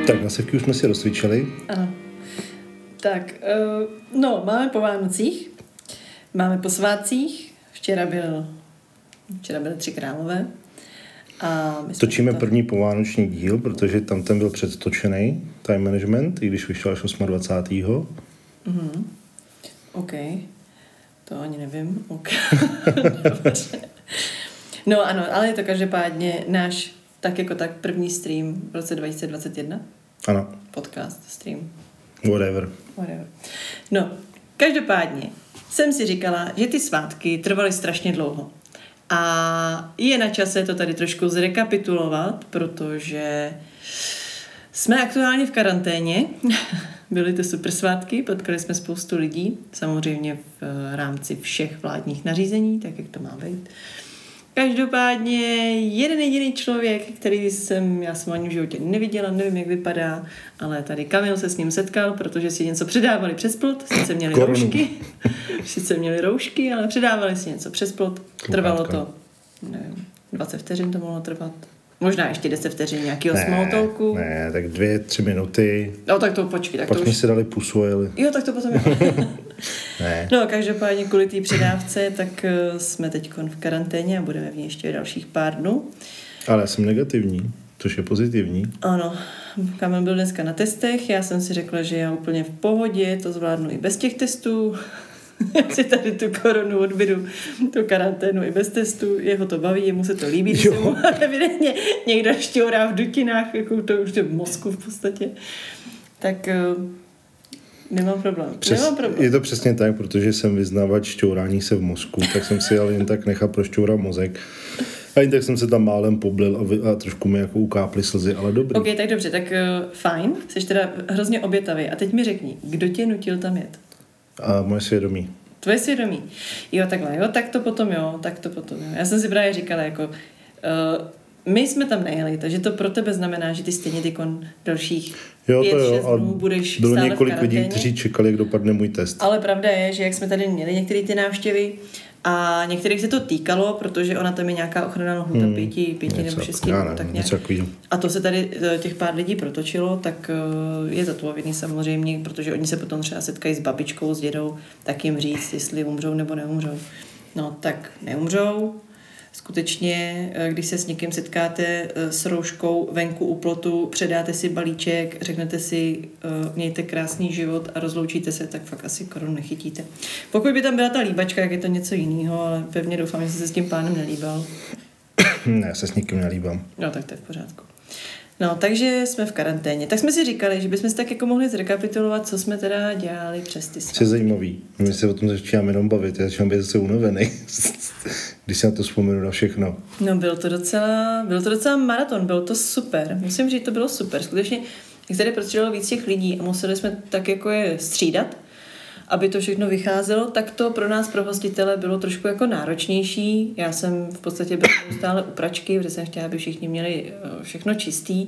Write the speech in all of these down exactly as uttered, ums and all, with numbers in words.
Tak nasivky už jsme si rozcvičili. Ano. Tak, uh, no, máme po Vánocích, máme po svátcích, včera byl, včera byly Tři králové. A my Točíme to... první povánoční díl, protože tam ten byl předtočený, time management, i když vyšel až dvacátého osmého Mhm. OK. To ani nevím. OK. No ano, ale je to každopádně náš tak jako tak první stream v roce dva tisíce dvacet jedna. Ano. Podcast, stream. Whatever. Whatever. No, každopádně jsem si říkala, že ty svátky trvaly strašně dlouho. A je na čase to tady trošku zrekapitulovat, protože jsme aktuálně v karanténě. Byly to super svátky, potkali jsme spoustu lidí, samozřejmě v rámci všech vládních nařízení, tak jak to má být. Každopádně jeden jediný člověk, který jsem, já jsem ani v životě neviděla, nevím, jak vypadá, ale tady Kamil se s ním setkal, protože si něco předávali přes plot, sice měli Korunu. roušky, sice měli roušky, ale předávali si něco přes plot. Trvalo to, nevím, dvacet vteřin to mohlo trvat. Možná ještě deset vteřin nějakého small talku. Ne, tak dvě, tři minuty. No tak to počkej. Tak Pak to jsme už... si dali pusu a jeli. Jo, tak to potom ne. No, každopádně kvůli té předávce, tak uh, jsme teď v karanténě a budeme v ní ještě dalších pár dnů. Ale já jsem negativní, což je pozitivní. Ano, Kamil byl dneska na testech, já jsem si řekla, že já úplně v pohodě, to zvládnu i bez těch testů. Já si tady tu koronu odbydu, tu karanténu i bez testu, jeho to baví, jemu se to líbí, když se mu evidentně někdo šťourá v dutinách, jako to už je v mozku v podstatě. Tak uh, nemám problém. Přes, nemám problém. Je to přesně tak, protože jsem vyznávač šťourání se v mozku, tak jsem si ale jen tak nechal prošťourat mozek. A jen tak jsem se tam málem poblil a, vy, a trošku mi jako ukáply slzy, ale dobrý. Ok, tak dobře, tak uh, fajn, jsi teda hrozně obětavý. A teď mi řekni, kdo tě nutil tam jet? A moje svědomí. Tvoje svědomí. Jo, takhle, jo, tak to potom jo, tak to potom jo. Já jsem si právě říkala, jako, uh, my jsme tam nejeli, takže to pro tebe znamená, že ty stejně tykon dalších jo, pět, to jo, šest dnů budeš bylo stále několik v karanténě. lidí, kteří čekali, jak dopadne můj test. Ale pravda je, že jak jsme tady měli některé ty návštěvy a některých se to týkalo, protože ona tam je nějaká ochranná lhůta hmm, pěti, pěti nebo šesti dnů, tak nějak. A to se tady těch pár lidí protočilo, tak je zodpovědný samozřejmě, protože oni se potom třeba setkají s babičkou, s dědou, tak jim říct, jestli umřou nebo neumřou. No tak neumřou. Skutečně, když se s někým setkáte s rouškou venku u plotu, předáte si balíček, řeknete si, mějte krásný život a rozloučíte se, tak fakt asi korunu nechytíte. Pokud by tam byla ta líbačka, jak je to něco jiného, ale pevně doufám, že jsi se s tím pánem nelíbal. Ne, já se s nikým nelíbám. No, tak to je v pořádku. No, takže jsme v karanténě. Tak jsme si říkali, že bychom si tak jako mohli zrekapitulovat, co jsme teda dělali přes ty svátky. To je zajímavý. My se o tom začínáme jenom bavit. Já začínám být zase unavený, když se na to vzpomenu na všechno. No, byl to docela, byl to docela maraton, bylo to super. Musím říct, to bylo super. Skutečně, jak tady prostředilo víc těch lidí a museli jsme tak jako je střídat, aby to všechno vycházelo, tak to pro nás, pro hostitele, bylo trošku jako náročnější. Já jsem v podstatě byla stále u pračky, protože jsem chtěla, aby všichni měli všechno čistý.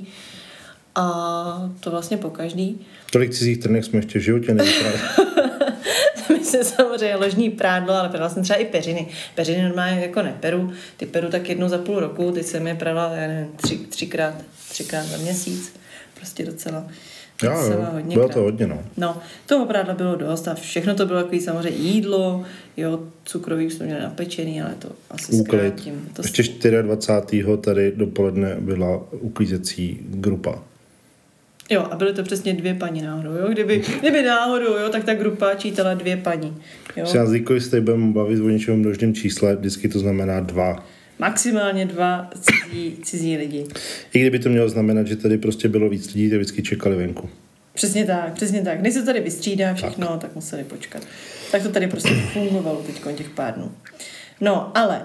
A to vlastně po každý. Tolik cizích trnek jsme ještě v životě nevyprali. Myslím samozřejmě ložní prádlo, ale prala jsem třeba i peřiny. Peřiny normálně jako neperu. Ty peru tak jednou za půl roku, teď jsem je prala, já nevím, tři, třikrát, třikrát za měsíc. Prostě docela... Jo, jo, bylo to hodně, no. No, toho prádla bylo dost a všechno to bylo takový samozřejmě jídlo, jo, cukroví jsme měli napečený, ale to asi Úklid. zkrátím. To Ještě dvacátého čtvrtého tady dopoledne byla uklízecí grupa. Jo, a byly to přesně dvě paní náhodou, jo, kdyby, kdyby náhodou, jo, tak ta grupa čítala dvě paní, jo. Se nás zvyklí, že tady budeme bavit o něčem množném čísle, vždycky to znamená dva. Maximálně dva cizí, cizí lidi. I kdyby to mělo znamenat, že tady prostě bylo víc lidí, tak vždycky čekali venku. Přesně tak, přesně tak. Než se tady vystřídá všechno, tak. tak museli počkat. Tak to tady prostě fungovalo teď těch pár dnů. No, ale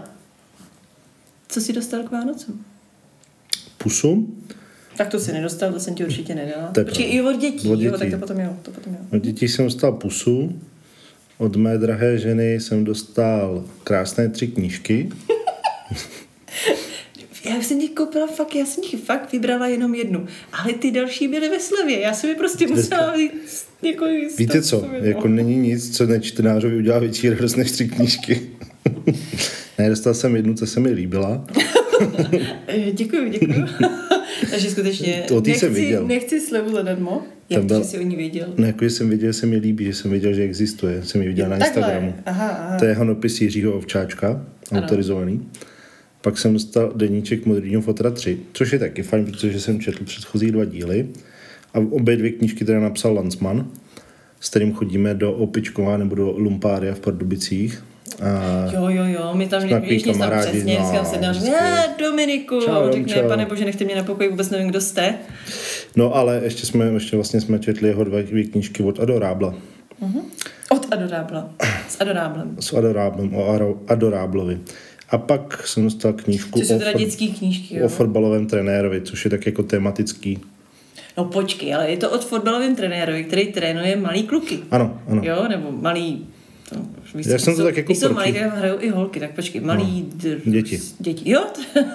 co jsi dostal k Vánocům? Pusu? Tak to si nedostal, to jsem ti určitě nedala. Počkej, i od dětí, od dětí. Jo, tak to potom jo, to potom jo. Od dětí jsem dostal pusu, od mé drahé ženy jsem dostal krásné tři knížky. Já jsem ti koupila fakt, já jsem ti fakt vybrala jenom jednu, ale ty další byly ve slevě, já jsem mi prostě musela jít jako jist. Víte co, jako není nic, co nečtenářovi udělá větší radost než tři knížky. Ne, dostal jsem jednu, co se mi líbila. Děkuju, děkuju. Takže skutečně To, ty jsem nechci, viděl. nechci slevu zadarmo. Jak byl- to, že jsi o ní věděl? Ne, jako, že jsem viděl, že se mi líbí, že jsem viděl, že existuje. Jsem ji viděl na Takhle. Instagramu. Aha, aha. To je honopis Jiřího Ovčáčka, Ano. autorizovaný. Pak jsem dostal deníček Modrýho fotra tři, což je taky fajn, protože jsem četl předchozí dva díly. A obě dvě knížky teda napsal Lanzmann, s kterým chodíme do Opičkova nebo do Lumpária v Pardubicích. A Jo, jo, jo, my tam Jsme takový víš, tam kamarádi, přesně, no, říkám se dám, vždycky. ne, Dominiku, Čau, řekne, čau. pane bože, nechte mě na pokoji, vůbec nevím, kdo jste. No ale ještě jsme, ještě vlastně jsme četli jeho dva dvě knížky od Adorábla. Uh-huh. Od Adorábla, s Adoráblem. S Adoráblem, o Aro- Adoráblovi. A pak jsem dostal knížku Což jsou o, teda fot- dětský knížky, o jo. fotbalovém trenérovi, což je tak jako tematický. No počkej, ale je to od fotbalovém trenérovi, který trénuje malý kluky. Ano, ano. Jo, nebo malý... To, víš, Já jsem to jsou, tak jako jsou proti- malí, tak hrajou i holky, tak počkej, malý... No. Dr... Děti. Děti, jo?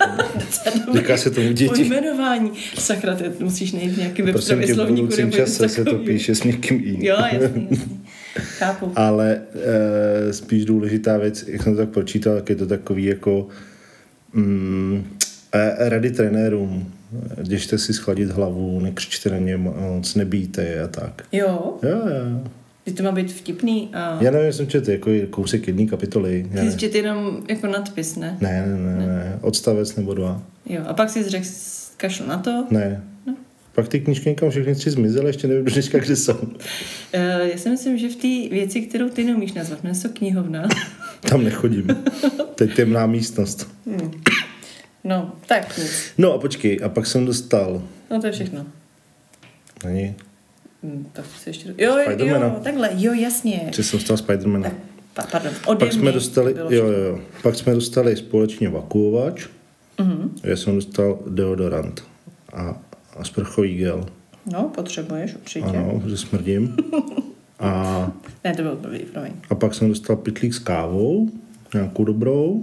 Říká se tomu děti. Pojmenování. Sakra, ty musíš nejít v nějakým Prosím tě, v slovníku budoucím nebo čase něco se to takovýho. píše s někým i. Jo, jasný, jasný. Chápu. Ale e, spíš důležitá věc, jak jsem to tak pročítal, tak je to takový jako mm, e, rady trenérům. Běžte si schladit hlavu, nekřičte na ně moc, nebijte je a tak. Jo, Jo, jo. že to má být vtipný a... Já nevím, jsem četl jako kousek jedné kapitoly. Já Ty ne. jsi četl jenom jako nadpis, ne? Ne, ne, ne, ne, odstavec nebo dva. Jo, a pak jsi řekl, kašlu na to. Ne. Pak ty knížky někam všechny tři zmizely, ještě nevím do dneška, kde jsou. Uh, já si myslím, že v té věci, kterou ty neumíš nazvat, jmenuje se knihovna. Tam nechodím. To je temná místnost. Hmm. No, tak nic. No a počkej, a pak jsem dostal... No to je všechno. Není? Hmm, tak se ještě... Jo, Spidermana. jo, takhle, jo, jasně. Že jsem dostal Spidermana. Tak, pa, pardon, ode Pak jsme mě dostali, bylo jo, všechno. jo, jo. Pak jsme dostali společně vakuovač. Mhm. Já jsem dostal deodorant a, a sprchový gel. No, potřebuješ určitě. Ano, že smrdím. A, Ne, to bylo blbý, promiň. a pak jsem dostal pytlík s kávou, nějakou dobrou,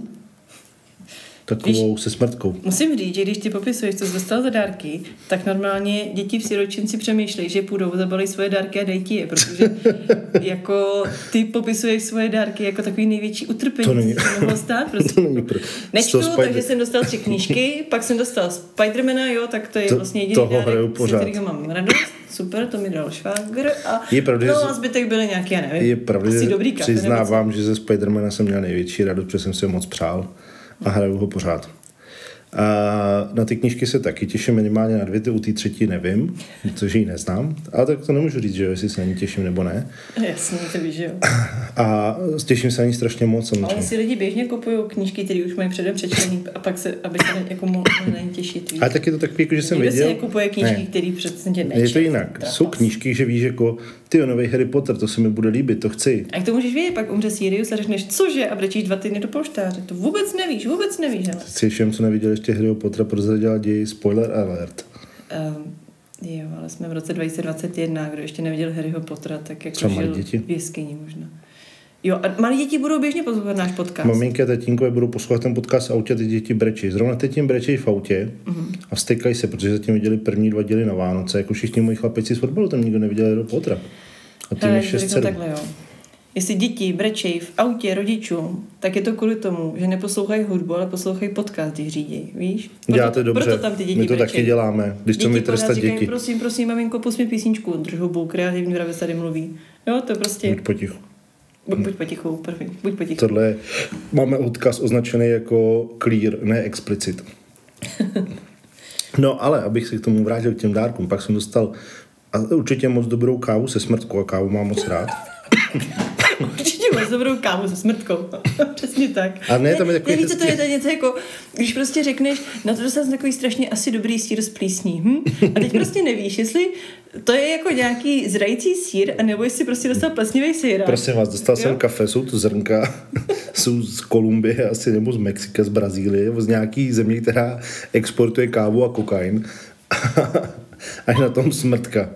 takovou se smrtkou. Musím říct, že když ty popisuješ, co jsi dostal za dárky, tak normálně děti v siročinci přemýšlejí, že půjdou, zabalí svoje dárky a dej ti je, protože jako ty popisuješ svoje dárky jako takový největší utrpení, To není- co se mohlo stát. Prostě. To není pro... Nečtu, z toho takže jsem dostal tři knížky, pak jsem dostal Spidermana, jo, tak to je To- vlastně jediný toho dárek, hraju z pořád. kterého mám radost. Super, to mi dal švágr a, Je pravda, no, že a zbytek byly nějaký, já nevím, Je pravda, asi že dobrý kafe, nebo co. přiznávám, že ze Spidermana jsem měl největší radost, protože jsem si ho moc přál a hraju ho pořád. A na ty knížky se taky těším minimálně na dvě, ty u té třetí nevím, protože ji neznám, ale tak to nemůžu říct, že jo, jestli se na ní těším nebo ne. Jasně, to víš, že jo. A těším se na ní strašně moc Ale samozřejmě. si lidi běžně kupují knížky, které už mají předem přečtený a pak se, aby se ne, jako mohli na ně těšit. Víš? Ale tak je to takový, jako, že jsem Nikdo si věděl... nekupuje knížky, Ne. které přece nečte. Je to jinak. Jsou knížky, že víš, jako ty nový Harry Potter, to se mi bude líbit, to chci. A jak to můžeš vědět, pak umře Sirius a řekneš, cože, a brečíš dva týdny do polštáře. To vůbec nevíš, vůbec nevíš. Ale. Chci všem, co neviděli ještě Harryho Pottera, prozradila ději, spoiler alert. Um, jo, ale jsme v roce dva tisíce dvacet jedna, kdo ještě neviděl Harryho Pottera, tak jako Třeba malí žil děti. v jeskyni možná. Jo, a malí děti budou běžně poslouchat náš podcast. Maminky a tatínkové budou poslouchat ten podcast v autě a ty děti brečí. Zrovna teď jim brečí v autě mm-hmm. a vstekají se, protože zatím viděli první dva díly na Vánoce. Jako všichni moji chlapeci z fotbalu, tam nikdo neviděl Harry Pottera. A tím Ale je šest řeknu sedm. takhle, jo. Jestli děti brečejí v autě rodičům, tak je to kvůli tomu, že neposlouchají hudbu, ale poslouchají podcast, když řídí, víš? Děláte dobře, proto tam ty děti my to brečejí. taky děláme, když chceme Děti trestat pořád říkají, děti. prosím, prosím, maminko, pust mi písničku, drž hubu, kreativní mravec tady mluví. Jo, to prostě, Buď potichu. buď, buď potichu, perfekt, buď potichu. Tohle je, máme odkaz označený jako clear, ne explicit. No ale, abych se k tomu vrátil k těm dárkům, pak jsem dostal a určitě moc dobrou kávu se smrtkou a kávu mám moc rád. Určitě moc dobrou kávu se smrtkou. Přesně tak. A ne, tam je takový Nevíte, to hezký- je to něco jako, když prostě řekneš, na to dostal jsem takový strašně asi dobrý sýr s plísní. Hm? A teď prostě nevíš, jestli to je jako nějaký zrající sýr, anebo jestli prostě dostal plesnivý sýr. Prosím vás, dostal Jo? jsem kafe, jsou to zrnka, jsou z Kolumbie asi, nebo z Mexika, z Brazílie, nebo z nějaký země, která exportuje kávu a kokain. A je na tom smrtka.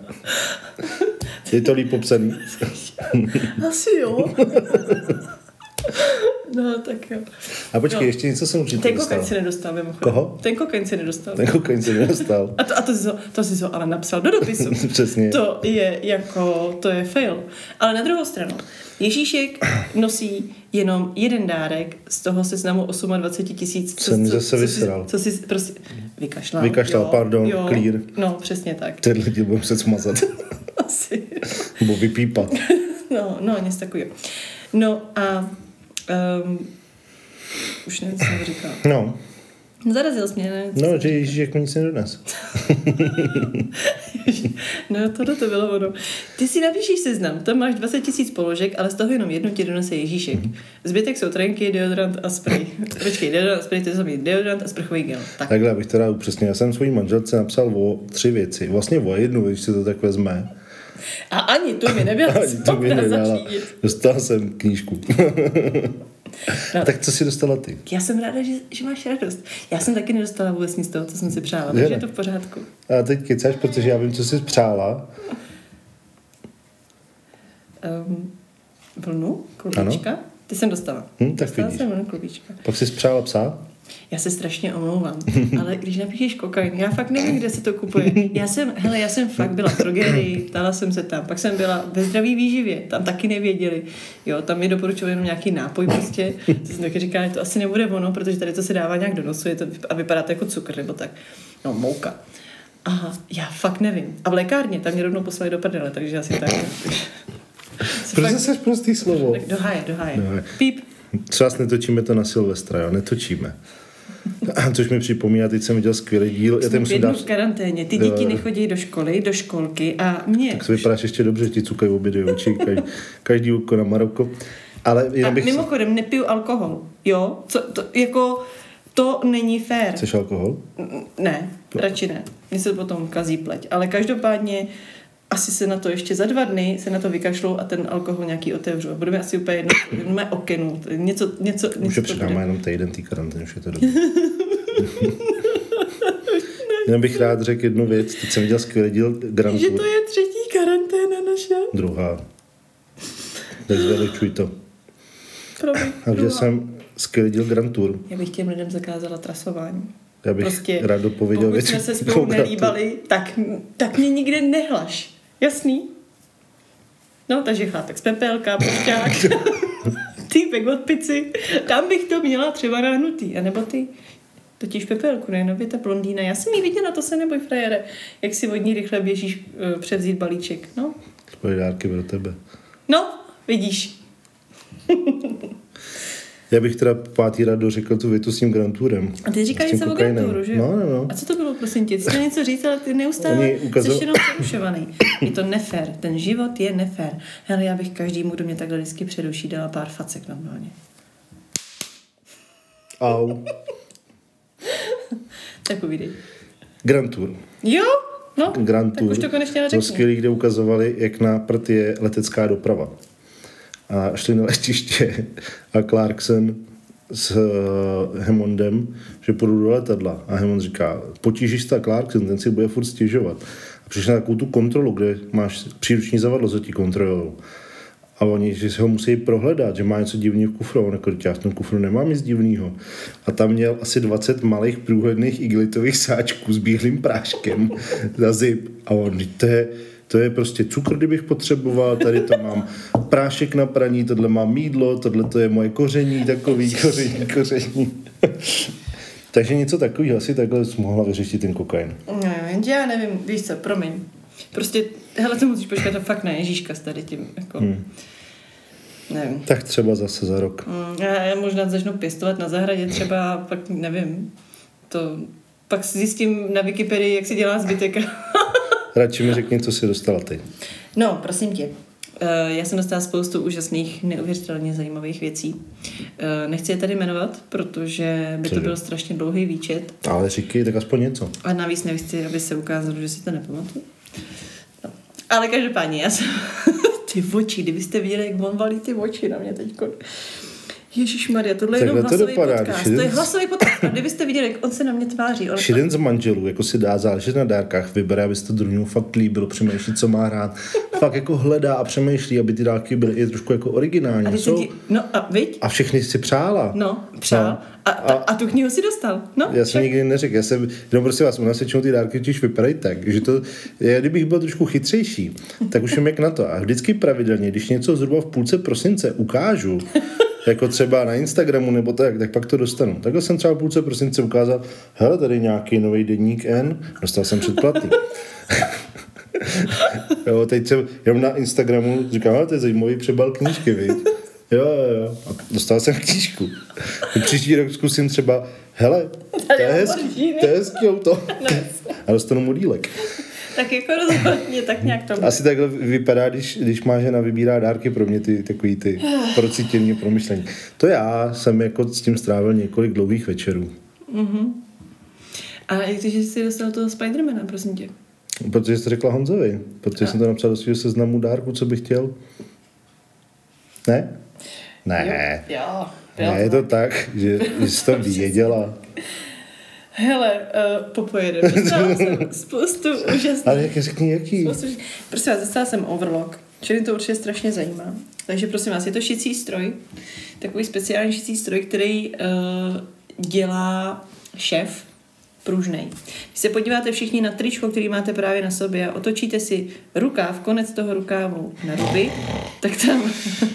Je to líp popsaný. Asi jo. No, tak jo. A počkej, no. ještě něco jsem určitě Ten dostal. kokain si nedostal, mimochodem. Koho? Ten kokain si nedostal. Ten kokain si nedostal. A to, a to, jsi, to, to jsi to ale napsal do dopisu. Přesně. To je jako, to je fail. Ale na druhou stranu, Ježíšek nosí jenom jeden dárek, z toho seznamu dvacet osm tisíc. Co Jsem co, zase co, vysral. Co jsi prostě vykašlal. Vykašlal, jo, pardon, jo, clear. No, přesně tak. Ten lidi budou muset smazat. Asi. Nebo vypípat. No, no, něco takového. No a um, už nevím, co jsem říkala. No. Zarazil jsi mě, ne? No, že Ježíšek mi nic nedones. No, tohle to bylo ono. Ty si napíšeš seznam, tam máš dvacet tisíc položek, ale z toho jenom jednu ti donese Ježíšek. Zbytek jsou trenky, deodorant a spray. Počkej, deodorant a spray, to je samý deodorant a sprchový gel. Tak. Takhle bych teda upřesnil. Já jsem svojí manželce napsal o tři věci. Vlastně o jednu, když si to tak vezme. A ani tu mi nebyla Ani to mi nedala. začít. Dostal jsem knížku. No, tak co jsi dostala ty? já jsem ráda, že, že máš radost. Já jsem taky nedostala vůbec nic z toho, co jsem si přála, takže Je, je to v pořádku. A teď kecáš, protože já vím, co jsi přála. Um, vlnu? Klubíčka? Ano. Ty jsem dostala. Hm, tak dostala vidíš. jsem vlnu klubíčka. Pak jsi přála psa? Já se strašně omlouvám, ale když napíšeš kokain, já fakt nevím, kde se to kupuje. Já jsem, hele, já jsem fakt byla v drogerii, ptala jsem se tam, pak jsem byla ve zdraví výživě, tam taky nevěděli. Jo, tam mi doporučovali jenom nějaký nápoj prostě. To jsem taky říkala, že to asi nebude ono, protože tady to se dává nějak do nosu je to, a vypadá to jako cukr nebo tak. No, mouka. Aha, já fakt nevím. A v lékárně tam mě rovnou poslali do prdele, takže asi tak. Protože jsi prostý slovo. Tak do háje, do háje. Do háje. Píp. Třeba netočíme to na Silvestra, jo? Netočíme. Což mi připomíná, teď jsem viděl skvělý díl. Jsme pět dnů v karanténě, ty děti nechodí do školy, do školky a mě... Tak se vypadáš ještě dobře, ti cukají obě dvě oči, každý, každý oko na Maroko. Ale a bych... mimochodem, nepiju alkohol, jo? Co, to, jako, to není fér. Chceš alkohol? Ne, radši ne. Mně se potom kazí pleť. Ale každopádně asi se na to ještě za dva dny se na to vykašlou a ten alkohol nějaký otevřu. Budeme asi úplně jedno, jedno okenu. Něco, něco, Už je přidáme jenom týden tý karantény, už je to dobré. Jenom bych rád řekl jednu věc. Teď jsem viděl skvělý díl Grand Tour. Že to je třetí karanténa naše. Druhá. Nezveličuj to. Promiň, Takže druhá. jsem skvělý díl Grand Tour. Já bych těm lidem zakázala trasování. Já bych Prostě, rád dopověděl pokud věc. jsme se spolu nelíbali, tak, tak mě nikde nehlaš. Jasný? No, takže chlápek z pepelka, pušťák, týpek od pici. Tam bych to měla třeba nahnutý. A nebo ty, totiž pepelku, ne? Nově ta blondýna. Já jsem jí viděla, to se neboj, frajere. Jak si od ní rychle běžíš uh, převzít balíček. No, Svoje dárky pro tebe. no, vidíš. Já bych teda pátý rád dořekl tu větu s tím Grand Tourem. A ty říkáš S tím něco o kokainem. Grand Touru, že jo? No, no, no. A co to bylo, prosím tě? Ty jsi chtěl něco říct, ale ty neustále Oni ukazov- jsi jenom přerušovaný. Je to nefér. Ten život je nefér. Hele, já bych každému, kdo mě takhle vždycky přeruší, dala pár facek normálně. Au. Tak povídej. Grand Tour. Jo? No, Grand tak Tour. už to konečně To řekni. skvělý, kde ukazovali, jak na prd je letecká doprava. A šli na letiště a Clarkson s uh, Hammondem, že půjdu do letadla. A Hammond říká, potížista Clarkson, ten si bude furt stěžovat. A přišli na takovou tu kontrolu, kde máš příruční zavadlo, co ti kontrolujou. A oni, že si ho musí prohledat, že má něco divného v kufru. On jako, já v tom kufru nemám nic divného. A tam měl asi dvacet malých průhledných igelitových sáčků s bílým práškem za zip. A on, to je, to je prostě cukr, kdybych potřeboval, tady to mám prášek na praní, tohle mám mýdlo, tohle to je moje koření, takový koření, koření. Takže něco takového asi takhle mohla vyřešit ten kokain. No, jenže já nevím, víš co, promiň. Prostě, hele, to musíš počkat, to fakt ne, Ježíška s tady tím, jako, hmm. nevím. Tak třeba zase za rok. Mm, já, já možná začnu pěstovat na zahradě třeba, pak nevím, to, pak zjistím na Wikipedii, jak se dělá zbytek. Radši mi řekni, co jsi dostala ty. No, prosím tě. Já jsem dostala spoustu úžasných, neuvěřitelně zajímavých věcí. Nechci je tady jmenovat, protože by to byl strašně dlouhý výčet. Ale říkej, tak aspoň něco. A navíc nechci, aby se ukázalo, že si to nepamatuju. No. Ale každopádně, já jsem... ty oči, kdybyste viděli, jak on valí ty oči na mě teďko. Ježišmarja, tohle je jenom Takhle to hlasový dopadá, podcast. když To je jeden z- hlasový podcast. A kdybyste viděli, jak on se na mě tváří. On... Když jeden z manželů jako si dá záležet na dárkách, vybere, aby se to druhému fakt líbilo, přemýšlí, co má rád. Fakt jako hledá a přemýšlí, aby ty dárky byly i trošku jako originální. A, Jsou... ti... no, a, viď? a všechny si přála. No, přál. No. A, a, a tu knihu si dostal. No, Já jsem však. nikdy neřekl, já jsem, jenom prostě vás, u nás většinou ty dárky totiž vypadají tak, že to, já, kdybych byl trošku chytřejší, tak už vím jak na to. A vždycky pravidelně, když něco zhruba v půlce prosince ukážu, jako třeba na Instagramu nebo tak, tak pak to dostanu. Takhle jsem třeba v půlce prosince ukázal, hele, tady nějaký nový deník N, dostal jsem předplatný. Jo, teď jsem jenom na Instagramu říkám, ale to je zajímavý přebal knížky, viď? Jo, jo, jo. A dostal jsem knížku. Příští rok zkusím třeba, hele, to je hezký, to je hezký auto. A dostanu modílek. Tak jako rozhodně, tak nějak to. Asi takhle vypadá, když, když má žena vybírá dárky pro mě, ty takový ty procítění promyšlení. To já jsem jako s tím strávil několik dlouhých večerů. Mm-hmm. A jak ty, že jsi dostal toho Spidermana, prosím tě? Protože jsi to řekla Honzovi. Protože A. jsem to napsal do svého seznamu dárku, co bych chtěl. Ne? Ne. Jo, jo, Ne, je to tak, že, že jsi to věděla. Hele, uh, popojedeme. Dostala jsem spoustu úžasných. Ale jak řekni, jaký? Spoustu, prosím vás, dostala jsem Overlock. Čili to určitě strašně zajímá. Takže prosím vás, je to šicí stroj. Takový speciální šicí stroj, který uh, dělá šéf pružnej. Když se podíváte všichni na tričko, který máte právě na sobě a otočíte si rukáv, konec toho rukávu na ruby, tak tam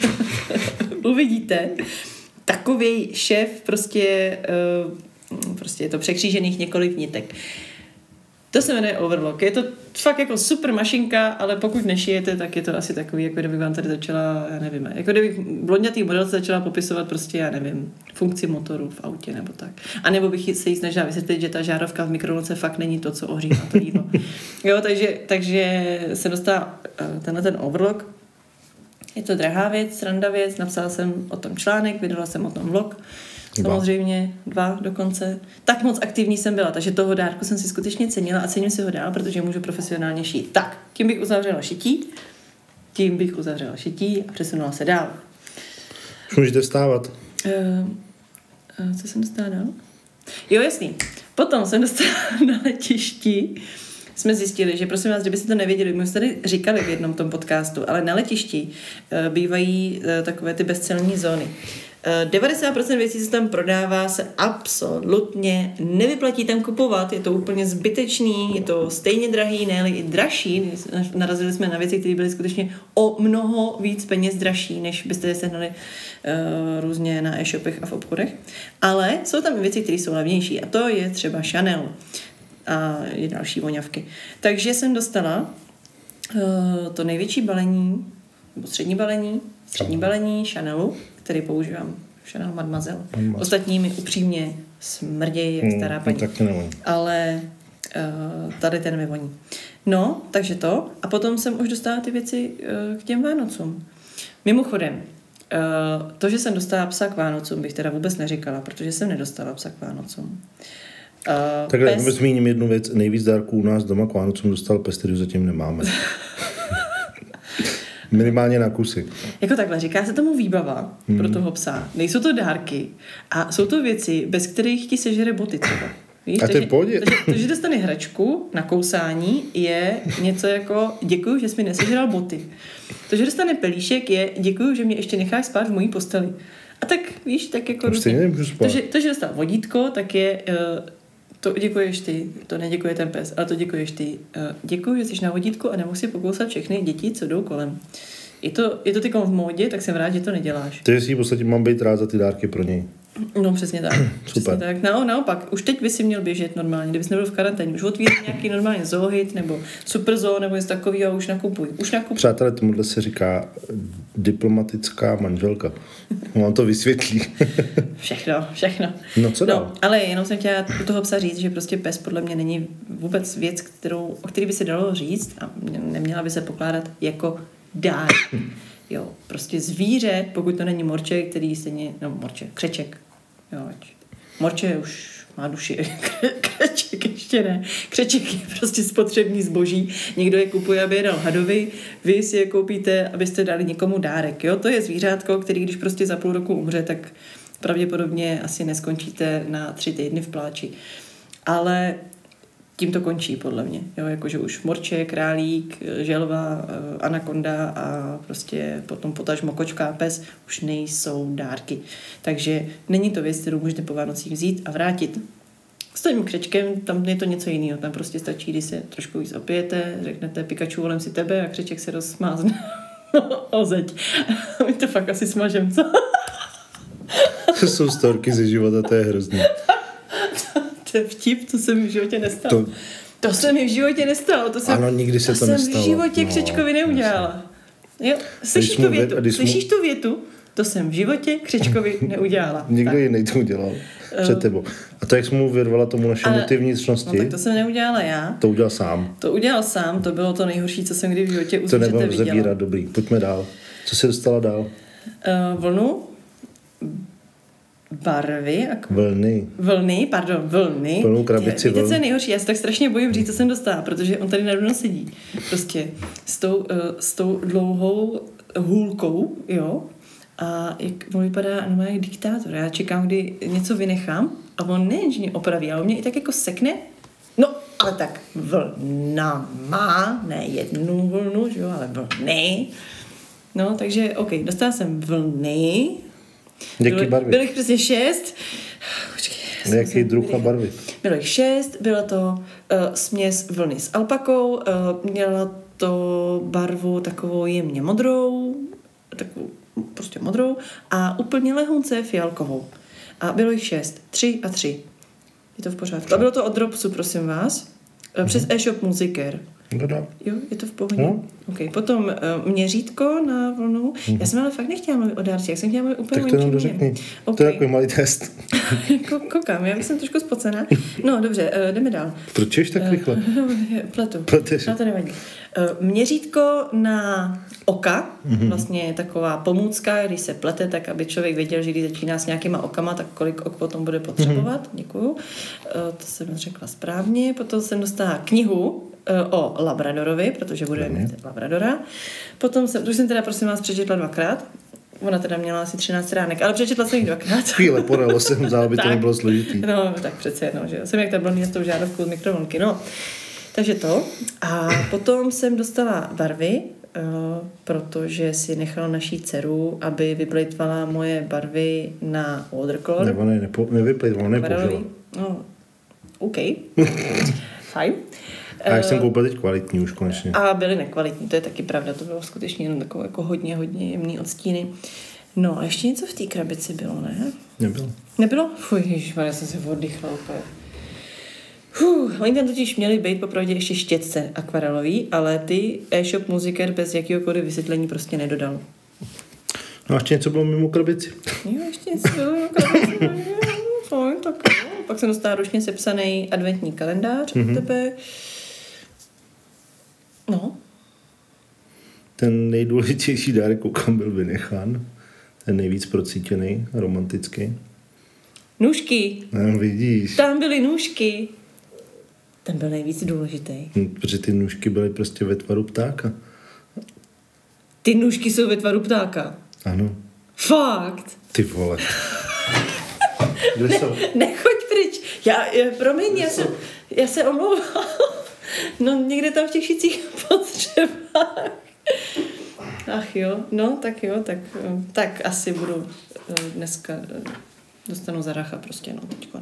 uvidíte takový šéf, prostě, uh, prostě je to překřížených několik nitek. To se jmenuje Overlock. Je to fakt jako super mašinka, ale pokud nešijete, tak je to asi takový, jako kdybych vám tady začala, já nevím, jako kdybych blondětý model začala popisovat prostě, já nevím, funkci motoru v autě nebo tak. A nebo bych se jí snažila vysvětlit, že ta žárovka v mikrovlnce fakt není to, co ohřívá to jídlo. Jo, takže, takže se dostala tenhle ten Overlock. Je to drahá věc, sranda věc, napsala jsem o tom článek, vydala jsem o tom vlog. Samozřejmě, dva dokonce. Tak moc aktivní jsem byla, takže toho dárku jsem si skutečně cenila a cením si ho dál, protože můžu profesionálně šít. Tak, tím bych uzavřela šití, tím bych uzavřela šití a přesunula se dál. Už můžete vstávat. Uh, uh, co jsem dostala dál? Jo, jasný. Potom jsem dostala na letišti, jsme zjistili, že prosím vás, kdybyste to nevěděli, my jsme tady říkali v jednom tom podcastu, ale na letišti uh, bývají uh, takové ty bezcelní zóny. devadesát procent věcí, co tam prodává, se absolutně nevyplatí tam kupovat. Je to úplně zbytečný, je to stejně drahý, ne i dražší. Narazili jsme na věci, které byly skutečně o mnoho víc peněz dražší, než byste je sehnali uh, různě na e-shopech a v obchodech. Ale jsou tam i věci, které jsou levnější a to je třeba Chanel a i další voňavky. Takže jsem dostala uh, to největší balení, nebo střední balení, střední balení Chanelu, který používám. Chanel Mademoiselle. Mademoiselle. Ostatní mi upřímně smrdějí, jak stará paní. Hmm, tak Ale uh, tady ten mi voní. No, takže to. A potom jsem už dostala ty věci uh, k těm Vánocům. Mimochodem, uh, to, že jsem dostala psa k Vánocům, bych teda vůbec neříkala, protože jsem nedostala psa k Vánocům. Uh, Takhle pes... zmíním jednu věc. Nejvíc dárků u nás doma k Vánocům dostal pes, který zatím nemáme. Minimálně na kusy. Jako takhle, říká se tomu výbava hmm. pro toho psa. Nejsou to dárky a jsou to věci, bez kterých ti sežere boty třeba. Víš? A to je pohodě. Takže, takže, že dostane hračku na kousání je něco jako děkuju, že jsi mi nesežral boty. To, že dostane pelíšek je děkuju, že mě ještě necháš spát v mojí posteli. A tak víš, tak jako různě. To, že, to, že dostal vodítko, tak je uh, to děkuješ ty, to neděkuje ten pes, ale to děkuješ ty. Uh, děkuju, že jsi na vodítku a nemohl si pokousat všechny děti, co jdou kolem. Je to, je to tykom v módě, tak jsem rád, že to neděláš. Takže si v podstatě mám být rád za ty dárky pro něj. No přesně tak. Super. Přesně tak. No, naopak, už teď by si měl běžet normálně, kdybys nebyl v karanténě. Už otvírat nějaký normálně zoohit nebo super zoo nebo něco takového a už nakupuj. Už nakupuj. Přátelé, tomuhle se říká diplomatická manželka. Mám to vysvětlí. Všechno, všechno. No co dál? No, ale jenom jsem chtěla u toho psa říct, že prostě pes podle mě není vůbec věc, kterou, o který by se dalo říct a neměla by se pokládat jako dár. Jo, prostě zvíře, pokud to není morček, který stejně, no morček, křeček. Jo, morče už má duši, křeček ještě Ještě ne. Křeček je prostě spotřební zboží. Někdo je kupuje, aby je dal hadovi, vy si je koupíte, abyste dali někomu dárek. Jo? To je zvířátko, který když prostě za půl roku umře, tak pravděpodobně asi neskončíte na tři týdny v pláči. Ale tím to končí, podle mě. Jo, jakože už morče, králík, želva, anakonda a prostě potom potažmo kočka a pes už nejsou dárky. Takže není to věc, kterou můžete po Vánocích vzít a vrátit. S tím křečkem tam je to něco jiného. Tam prostě stačí, když se trošku víc opijete, řeknete Pikachu, volem si tebe a křeček se rozmázne o zeď. My to fakt asi smažem, co? To jsou storky ze života, to je hrozný. To je vtip, to se mi v životě nestalo. To, to se mi v životě nestalo. To jsem, ano, nikdy se to, to nestalo. jsem v životě no, křečkovi neudělala. Jo, slyšíš tu větu? Věd, slyšíš mu... tu větu? To jsem v životě křečkovi neudělala. Někdo jiný to udělal před tebou. A to, jak jsi mu vyrvala tomu našemu ty vnitřnosti? No tak to jsem neudělala já. To udělal sám. To udělal sám, to bylo to nejhorší, co jsem kdy v životě u zvířete viděla. To nebylo zabírat, dobrý. Pojďme dál. Co jsi dostala dál? Uh, vlnu. Barvy. A... Vlny. Vlny, pardon, vlny. Plnou krabici vln. Víte, co je vln. nejhorší? Já se tak strašně bojím říct, co jsem dostala, protože on tady nadu sedí. Prostě s tou, uh, s tou dlouhou hůlkou, jo. A jak on vypadá normálně jak diktátor. Já čekám, kdy něco vynechám a on nejenže mě opraví, ale on mě i tak jako sekne. No, ale tak vlna má, ne jednu vlnu, že jo, ale vlny. No, takže, OK, dostala jsem vlny. Jaký Bylo, barvy? Bylo jich přesně šest. Počkej, jaký druh a barvy? Bylo jich šest, byla to uh, směs vlny s alpakou, uh, měla to barvu takovou jemně modrou, takovou prostě modrou a úplně lehonce fialkovou. A bylo jich šest, tři a tři. Je to v pořádku. A bylo to od Dropsu, prosím vás, uh, přes mm-hmm. e-shop Musiker. Doda. Jo, je to v pohodě. No. Okay. Potom uh, měřítko na vlnu. Mm-hmm. Já jsem ale fakt nechtěla mluvit o dárci, jak jsem chtěla mluvit úplně tak to jenom dořekni. Okay. To je takový malý test. Koukám, já jsem trošku spocená. No, dobře, uh, jdeme dál. Proč ješ tak rychle? Uh, pletu. Pleteš. No, to nevadí. Uh, měřítko na oka, mm-hmm. vlastně taková pomůcka, když se plete, tak aby člověk věděl, že když začíná s nějakýma okama, tak kolik ok potom bude potřebovat. Mm-hmm. Děkuju. Uh, to jsem řekla správně. Potom jsem dostala knihu o Labradorovi, protože budeme mít Labradora. Potom jsem, to už jsem teda prosím vás přečetla dvakrát. Ona teda měla asi třináct stránek, ale přečetla jsem ji dvakrát. Chvíle, podalo jsem, zále by to nebylo složitý. No, tak přece jednou, že jo. Jsem jak ta blondýna s tou žárovkou z mikrovlnky, no. Takže to. A potom jsem dostala barvy, uh, protože si nechala naší dceru, aby vyplejtvala moje barvy na watercolor. Nebo ne, nepo, nevyplejtvala, nepoužila. No, OK. Fajn. A jak jsem koupil teď kvalitní už konečně. A byly nekvalitní, to je taky pravda, to bylo skutečně jenom takové jako hodně, hodně jemný odstíny. No a ještě něco v té krabici bylo, ne? Nebylo. Nebylo? Fuj, ježišmar, já jsem se oddychla úplně. Huh, oni tam totiž měli být popravdě ještě štětce akvarelový, ale ty e-shop Musiker bez jakýhokoliv vysvětlení prostě nedodal. No a ještě něco bylo mimo krabici. Jo, ještě něco bylo mimo krabici. Fajn, tak jo. Pak jsem dostala ručně sepsaný adventní kalendář mm-hmm. od tebe. No. Ten nejdůležitější dárek, koukám, byl vynechán. Ten nejvíc procítěný, romantický. Nůžky. No, vidíš. Tam byly nůžky. Ten byl nejvíc důležitý. Hm, protože ty nůžky byly prostě ve tvaru ptáka. Ty nůžky jsou ve tvaru ptáka? Ano. Fakt? Ty vole. Kde ne, jsou? Nechoď pryč. Já, já promiň, já se, já se omlouvám. No někde tam v těch šicích potřebách. Ach jo, no tak jo, tak, tak asi budu dneska, dostanu zaracha prostě, no teďko.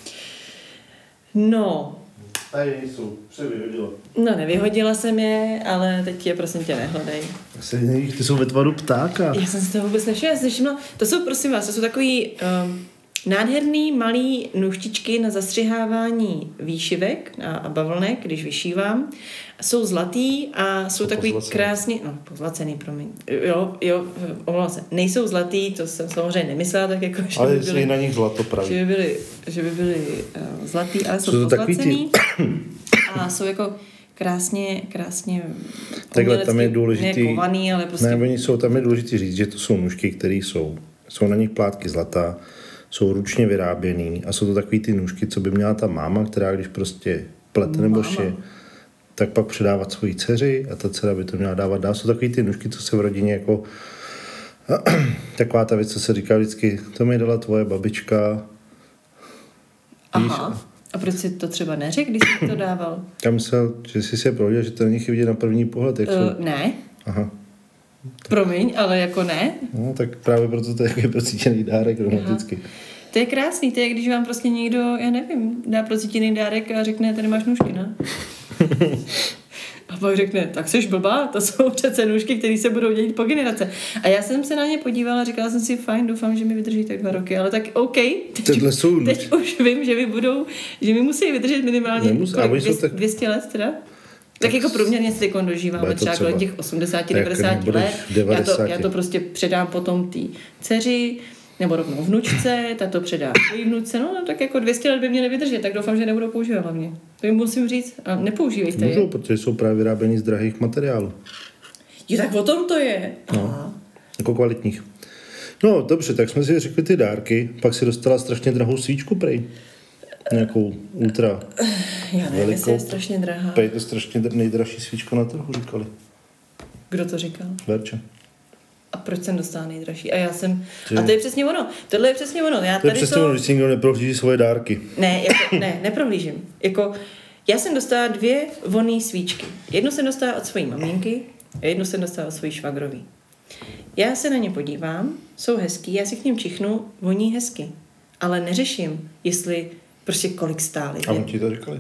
No. Tady nejsou, se vyhodila. No nevyhodila jsem je, ale teď je prosím tě nehledej. Ty jsou ve tvaru ptáka. Já jsem si to vůbec nevšimla, já jsem všimla, to jsou prosím vás, to jsou takový um, nádherný malý nůžtičky na zastřihávání výšivek a, a bavlnek, když vyšívám. Jsou zlatý a jsou takový krásně, no pozlacený, promiň. Jo, jo, omlouvám se. Nejsou zlatý, to jsem samozřejmě nemyslela tak jako, že ale by byly, na nich zlato pravý. Že by byly, že by byly uh, zlatý, ale jsou pozlacený. A jsou jako krásně, krásně takhle tam je důležitý, nekovaný, ale prostě... Ne, oni jsou, tam je důležitý říct, že to jsou nůžky, které jsou, jsou na nich plátky zlata, jsou ručně vyráběný a jsou to takový ty nůžky, co by měla ta máma, která když prostě plete nebo šije, tak pak předávat svojí dceři a ta dcera by to měla dávat dál. Jsou takový ty nůžky, co se v rodině jako taková ta věc, co se říká vždycky, to mi dala tvoje babička. Aha. Víš? A proč jsi to třeba neřekl, když jsi to dával? Já myslel, že jsi se prohodil, že to není vidět na první pohled. Jak uh, jsou... Ne. Aha. Promiň, ale jako ne. No, tak právě proto to je jako procítěný dárek romanticky. Aha. To je krásný, to je, když vám prostě někdo, já nevím, dá procítěný dárek a řekne, tady máš nůžky, ne? A pak řekne, tak jsi blbá, to jsou přece nůžky, které se budou dělat po generace. A já jsem se na ně podívala a říkala jsem si, fajn, doufám, že mi vydrží tak dva roky, ale tak OK, teď, jsou... teď už vím, že mi budou, že mi musí vydržet minimálně Nemus, kolik, tak... dvě stě let teda. Tak, tak jako průměrně si teď dožíváme třeba kolem těch osmdesát devadesát let. Já to, já to prostě předám potom té dceři, nebo rovnou vnučce, ta to předá její vnučce, no, no tak jako dvě stě let by mě nevydržet, tak doufám, že nebudou používat hlavně. To jim musím říct, a nepoužívejte je. Můžou, protože jsou právě vyrábění z drahých materiálů. Jo, tak o tom to je. No, jako kvalitních. No, dobře, tak jsme si řekli ty dárky, pak si dostala strašně drahou svíčku, prej. Nějakou ultra Já nevím, jestli je strašně drahá. Prej to strašně nejdražší svíčka na trhu, říkali. Kdo to říkal? Verče. A proč jsem dostala nejdražší? A já jsem... Že... A to je přesně ono. Tohle je přesně ono. Já to je tady přesně to... ono, když si někdo neprohlíží svoje dárky. Ne, jako, ne, neprohlížím. Jako, já jsem dostala dvě vonné svíčky. Jednu jsem dostala od své maminky a jednu jsem dostala od své švagrový. Já se na ně podívám, jsou hezký, já si k ním čichnu, voní hezky. Ale neřeším, jestli prostě kolik stály. A oni ti to říkali?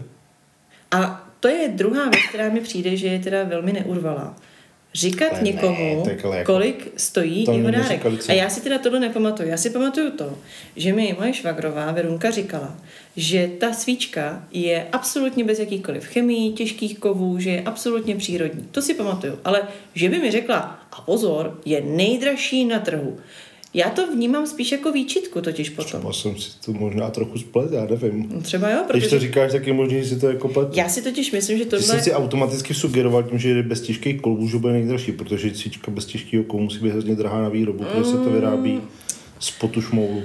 A to je druhá věc, která mi přijde, že je teda velmi neurvalá. Říkat ale někomu, ne, jako, kolik stojí jeho dárek. A já si teda tohle nepamatuju. Já si pamatuju to, že mi moje švagrová Verunka říkala, že ta svíčka je absolutně bez jakýchkoliv chemii, těžkých kovů, že je absolutně přírodní. To si pamatuju. Ale že by mi řekla, a pozor, je nejdražší na trhu. Já to vnímám spíš jako výčitku totiž potom. Třeba jsem si to možná trochu splet, já nevím. No třeba jo, protože... Když to říkáš, tak je možný, že si to jako plet. Já si totiž myslím, že tohle... Ty jsem si automaticky sugeroval tím, že je bez těžkých kovů, že bude nejdražší, protože svíčka bez těžkého kovu musí být hrozně drahá na výrobu, protože mm. se to vyrábí z potu šmoulu.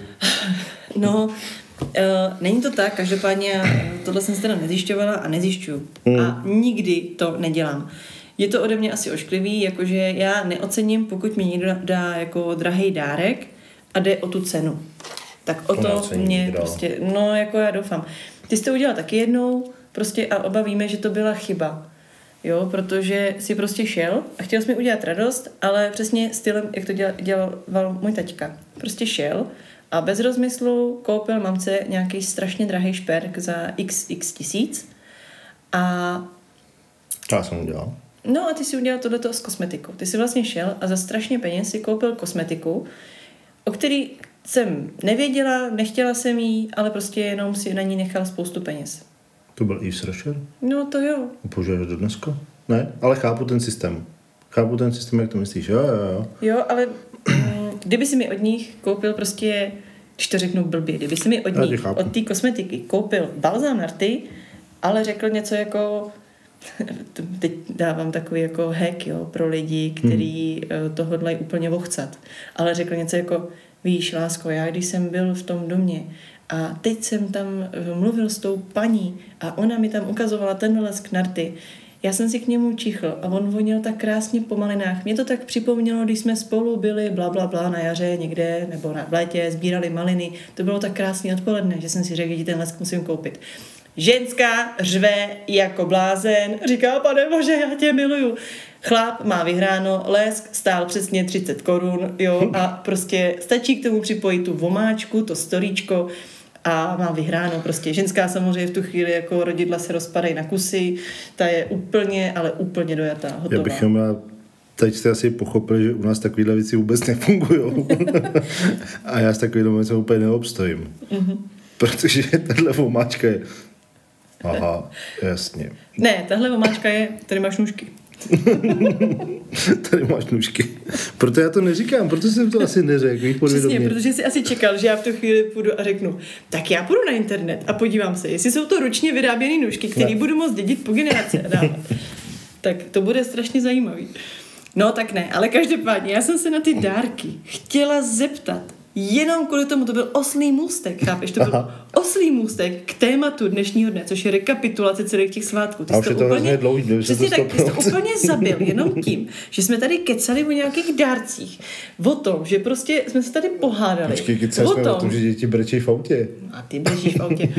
No, uh, není to tak, každopádně tohle jsem si teda nezjišťovala a nezjišťuju. Mm. A nikdy to nedělám. Je to ode mě asi ošklivý, jakože já neocením, pokud mi někdo dá jako drahý dárek a jde o tu cenu. Tak o to, to mě nikdo. Prostě, no jako já doufám. Ty jsi to udělal taky jednou prostě a oba víme, že to byla chyba. Jo, protože si prostě šel a chtěl jsi mi udělat radost, ale přesně stylem, jak to dělal, dělal můj taťka. Prostě šel a bez rozmyslu koupil mamce nějaký strašně drahý šperk za x x tisíc a... Já jsem udělal. No a ty si udělal tohleto s kosmetikou. Ty si vlastně šel a za strašně peněz si koupil kosmetiku, o který jsem nevěděla, nechtěla jsem jí, ale prostě jenom si na ní nechal spoustu peněz. To byl Yves Rocher? No to jo. Používáš do dneska? Ne, ale chápu ten systém. Chápu ten systém, jak to myslíš. Jo, jo, jo. Jo, ale mm, kdyby si mi od nich koupil prostě, když to řeknu blbě, kdyby si mi od nich, od té kosmetiky koupil balzám na rty, ale řekl něco jako... Teď dávám takový jako hack, jo, pro lidi, kteří hmm. to hodlají úplně vochcat. Ale řekl něco jako, víš, lásko, já když jsem byl v tom domě a teď jsem tam mluvil s tou paní a ona mi tam ukazovala tenhle lesk narty, já jsem si k němu čichl a on voněl tak krásně po malinách. Mě to tak připomnělo, když jsme spolu byli bla, bla, bla na jaře někde nebo na v létě, sbírali maliny. To bylo tak krásný odpoledne, že jsem si řekl, že ten lesk musím koupit. Ženská řve jako blázen, říká, pane bože, já tě miluju. Chlap má vyhráno, lesk stál přesně třicet korun, jo, a prostě stačí k tomu připojit tu vomáčku, to storíčko a má vyhráno prostě. Ženská samozřejmě v tu chvíli jako rodidla se rozpadají na kusy, ta je úplně, ale úplně dojatá, hotová. Já bych jenom teď jste asi pochopili, že u nás takovýhle věci vůbec nefungují. A já s takovým věcem úplně neobstojím. Mm-hmm. Protože tahle vomáčka je... Aha, jasně. Ne, tahle vomáčka je, tady máš nůžky. Tady máš nůžky. Proto já to neříkám, proto jsem to asi neřekl. Přesně, protože jsi asi čekal, že já v tu chvíli půjdu a řeknu, tak já půjdu na internet a podívám se, jestli jsou to ručně vyráběné nůžky, které budu moct dědit po generaci a dávat. Tak to bude strašně zajímavý. No tak ne, ale každopádně, já jsem se na ty dárky chtěla zeptat, Jenom kvůli tomu, to byl oslý můstek, chápeš? To byl Aha. oslý můstek k tématu dnešního dne, což je rekapitulace celých těch svátků. Ty a už je to úplně dlouhý, přesně tak, ty jsi to úplně zabil jenom tím, že jsme tady kecali o nějakých dárcích, o tom, že prostě jsme se tady pohádali. Počkej, kecali jsme o tom, že děti brečí v autě. A ty brečíš v autě.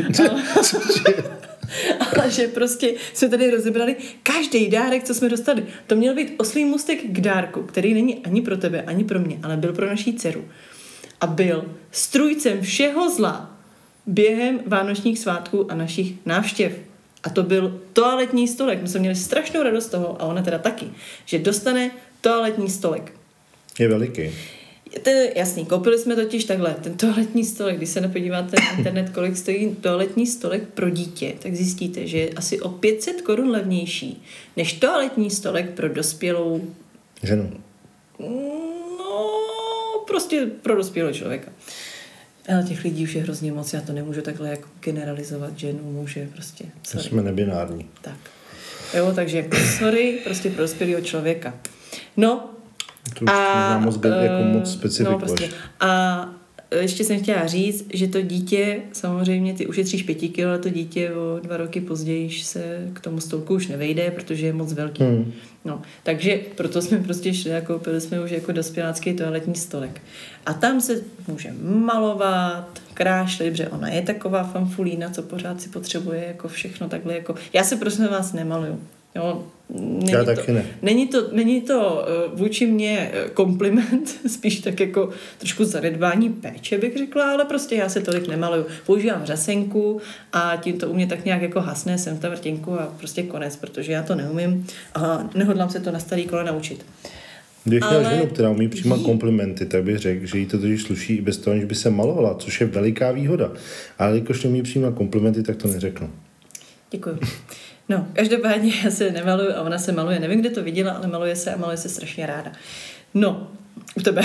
Ale že prostě jsme tady rozebrali každý dárek, co jsme dostali. To měl být oslý můstek k dárku, který není ani pro tebe, ani pro mě, ale byl pro naší dceru. A byl strůjcem všeho zla během vánočních svátků a našich návštěv. A to byl toaletní stolek. My jsme měli strašnou radost z toho, a ona teda taky, že dostane toaletní stolek. Je veliký. To je jasný, koupili jsme totiž takhle, ten toaletní stolek, když se nepodíváte na internet, kolik stojí toaletní stolek pro dítě, tak zjistíte, že je asi o pět set korun levnější, než toaletní stolek pro dospělou ženu. No, prostě pro dospělého člověka. Ale těch lidí už je hrozně moc, já to nemůžu takhle jako generalizovat, ženu, muže, prostě. Sorry. Jsme nebinární. Tak. Jo, takže sorry, prostě pro dospělého člověka. No, to už a, moc, jako moc specifikuješ. No, prostě. A ještě jsem chtěla říct, že to dítě, samozřejmě ty ušetříš pěti kilo, ale to dítě o dva roky později se k tomu stolku už nevejde, protože je moc velký. Hmm. No, takže proto jsme prostě šli a koupili jsme už jako dospělácký toaletní stolek. A tam se může malovat, krášlit, protože ona je taková fanfulína, co pořád si potřebuje jako všechno takhle jako... Já se prosím vás nemaluju. Jo, není, Já to, taky ne. není to, není to uh, vůči mně kompliment, spíš tak jako trošku zanedbání péče, bych řekla, ale prostě já se tolik nemaluju. Používám řasenku a tím to u mě tak nějak jako hasne, jsem ta vrtěnku a prostě konec, protože já to neumím a nehodlám se to na starý kole naučit. Kdybych měl ale... ženu, která umí přijímat komplimenty, tak bych řekl, že jí to totiž sluší i bez toho, než by se malovala, což je veliká výhoda. Ale jakož neumí přijímat komplimenty, tak to neřeknu. Děkuju. No, každopádně já se nemaluju a ona se maluje. Nevím, kde to viděla, ale maluje se a maluje se strašně ráda. No, u tebe.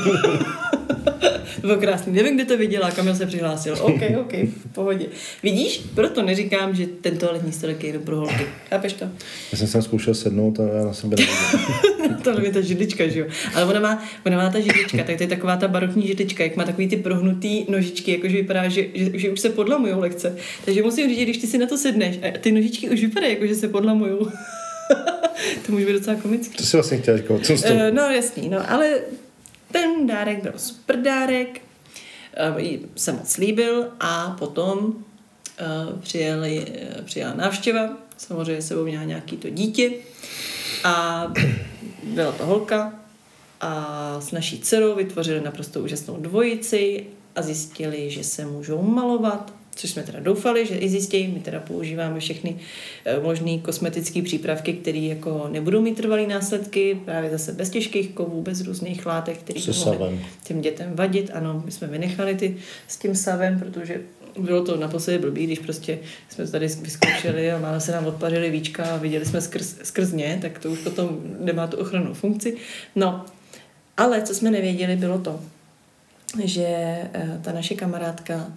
Bylo krásný. Nevím, kde to viděla, Kamil se přihlásil. OK, OK, v pohodě. Vidíš? Proto neříkám, že ten toaletní stolek je jenom pro holky. Chápeš to? Já jsem se zkoušel sednout a já na sebe neviděl. To je ta židlička, že jo? Ale ona má, ona má ta židlička, tak to je taková ta barokní židlička, jak má takový ty prohnutý nožičky, jakože vypadá, že, že, že už se podlamujou lehce. Takže musím říct, když ty si na to sedneš a ty nožičky už vypadají, jakože se podlamujou. To může být docela komický. To si vlastně chtěla říkat, co uh, No jasný, no, ale ten dárek byl super dárek, uh, se moc líbil a potom uh, přijeli, uh, přijela návštěva, samozřejmě sebou měla nějaký to dítě a byla to holka a s naší dcerou vytvořili naprosto úžasnou dvojici a zjistili, že se můžou malovat, což jsme teda doufali, že i zjistějí. My teda používáme všechny možné kosmetické přípravky, které jako nebudou mít trvalý následky, právě zase bez těžkých kovů, bez různých látek, které mohly těm dětem vadit. Ano, my jsme vynechali ty s tím savem, protože bylo to naposledy blbý, když prostě jsme to tady vyzkoušeli a málo se nám odpařili víčka a viděli jsme skrz, skrz ně, tak to už potom nemá tu ochrannou funkci. No, ale co jsme nevěděli, bylo to, že ta naše kamarádka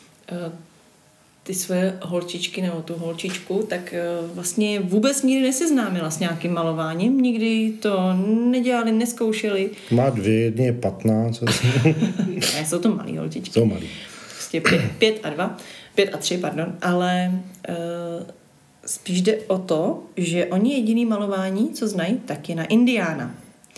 ty svoje holčičky nebo tu holčičku, tak vlastně vůbec nikdy neseznámila s nějakým malováním, nikdy to nedělali, neskoušeli. Má dvě, jedně je patnáct. Ne, jsou to malý holčičky. Jsou malý. Prostě pět, pět a dva, pět a tři, pardon, ale uh, spíš jde o to, že oni jediný malování, co znají, tak je na Indiána.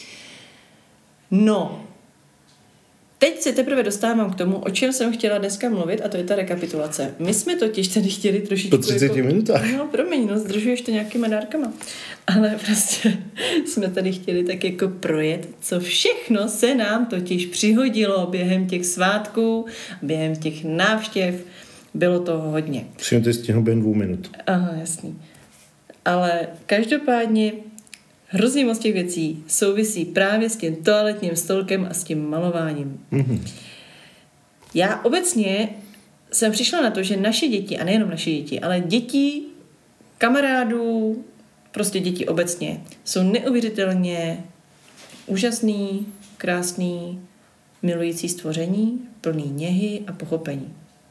No, teď se teprve dostávám k tomu, o čem jsem chtěla dneska mluvit, a to je ta rekapitulace. My jsme totiž tady chtěli trošičku... Po třiceti jako, minutách. No, promiň, no, zdržuješ to nějakýma dárkama. Ale prostě jsme tady chtěli tak jako projet, co všechno se nám totiž přihodilo během těch svátků, během těch návštěv. Bylo toho hodně. Musím to stihnout během dvou minut. Aha, jasný. Ale každopádně hrozně moc těch věcí souvisí právě s tím toaletním stolkem a s tím malováním. Mm-hmm. Já obecně jsem přišla na to, že naše děti, a nejenom naše děti, ale děti, kamarádů, prostě děti obecně, jsou neuvěřitelně úžasný, krásný, milující stvoření, plný něhy a pochopení.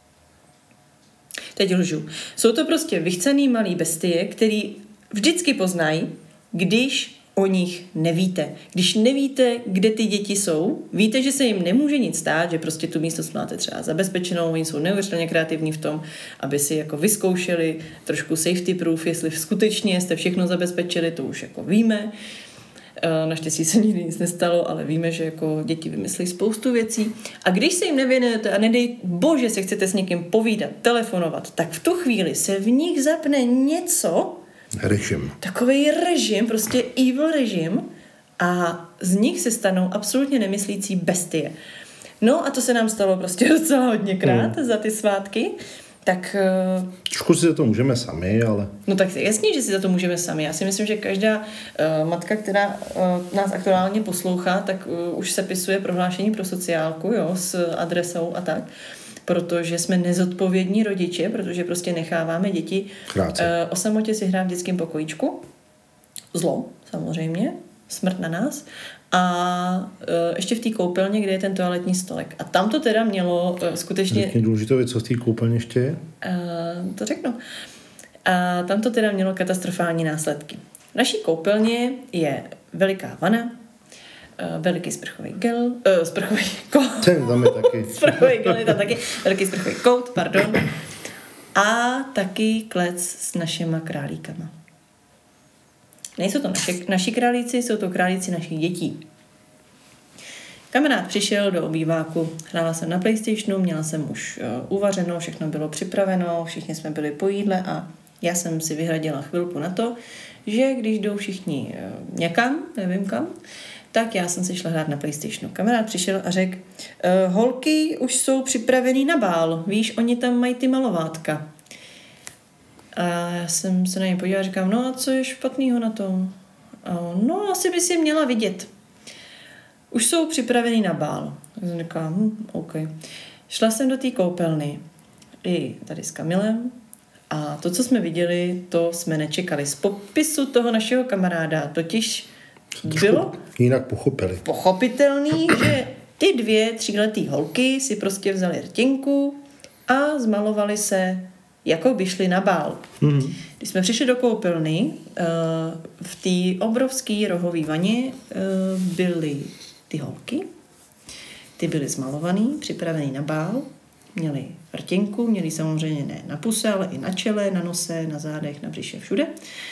Teď lžu. Jsou to prostě vychcený malý bestie, který vždycky poznají, když o nich nevíte. Když nevíte, kde ty děti jsou, víte, že se jim nemůže nic stát, že prostě tu místnost máte třeba zabezpečenou, oni jsou neuvěřitelně kreativní v tom, aby si jako vyzkoušeli trošku safety proof, jestli skutečně jste všechno zabezpečili, to už jako víme. Naštěstí se nikdy nic nestalo, ale víme, že jako děti vymyslí spoustu věcí. A když se jim nevěnujete a nedej bože se chcete s někým povídat, telefonovat, tak v tu chvíli se v nich zapne něco, režim. Takový režim, prostě evil režim a z nich se stanou absolutně nemyslící bestie. No a to se nám stalo prostě docela hodněkrát hmm. za ty svátky. Tak... Trošku si za to můžeme sami, ale... No tak jasně, že si za to můžeme sami. Já si myslím, že každá uh, matka, která uh, nás aktuálně poslouchá, tak uh, už sepisuje prohlášení pro sociálku, jo, s adresou a tak. Protože jsme nezodpovědní rodiče, protože prostě necháváme děti uh, o samotě si hrát v dětském pokojíčku. Zlo, samozřejmě. Smrt na nás. A uh, ještě v té koupelně, kde je ten toaletní stolek. A tam to teda mělo uh, skutečně... Řekni důležitou věc, co v té koupelně ještě je? Uh, to řeknu. A tam to teda mělo katastrofální následky. V naší koupelně je veliká vana, uh, veliký sprchový gel, uh, sprchový kout. Ten tam je taky. Sprchový gel je tam taky, veliký sprchový kout, pardon. A taky klec s našima králíkama. Nejsou to naše, naši králíci, jsou to králíci našich dětí. Kamarád přišel do obýváku, hrála jsem na PlayStationu, měla jsem už uh, uvařeno, všechno bylo připraveno, všichni jsme byli po jídle a já jsem si vyhradila chvilku na to, že když jdou všichni uh, někam, nevím kam, tak já jsem si šla hrát na PlayStationu. Kamarád přišel a řekl, uh, holky už jsou připravený na bál, víš, oni tam mají ty malovátka. A já jsem se na něj podívala a říkám, no a co je špatného na tom? A on, no, asi by si měla vidět. Už jsou připravený na bál. A jsem říkala, hm, OK. Šla jsem do té koupelny i tady s Kamilem a to, co jsme viděli, to jsme nečekali. Z popisu toho našeho kamaráda totiž bylo jinak pochopili. Pochopitelný, že ty dvě tříletý holky si prostě vzali rtěnku a zmalovali se, jako by šli na bál. Mm-hmm. Když jsme přišli do koupelny, v té obrovské rohové vaně byly ty holky, ty byly zmalovaný, připravený na bál, měli rtěnku, měli samozřejmě ne na puse, ale i na čele, na nose, na zádech, na břiše, všude.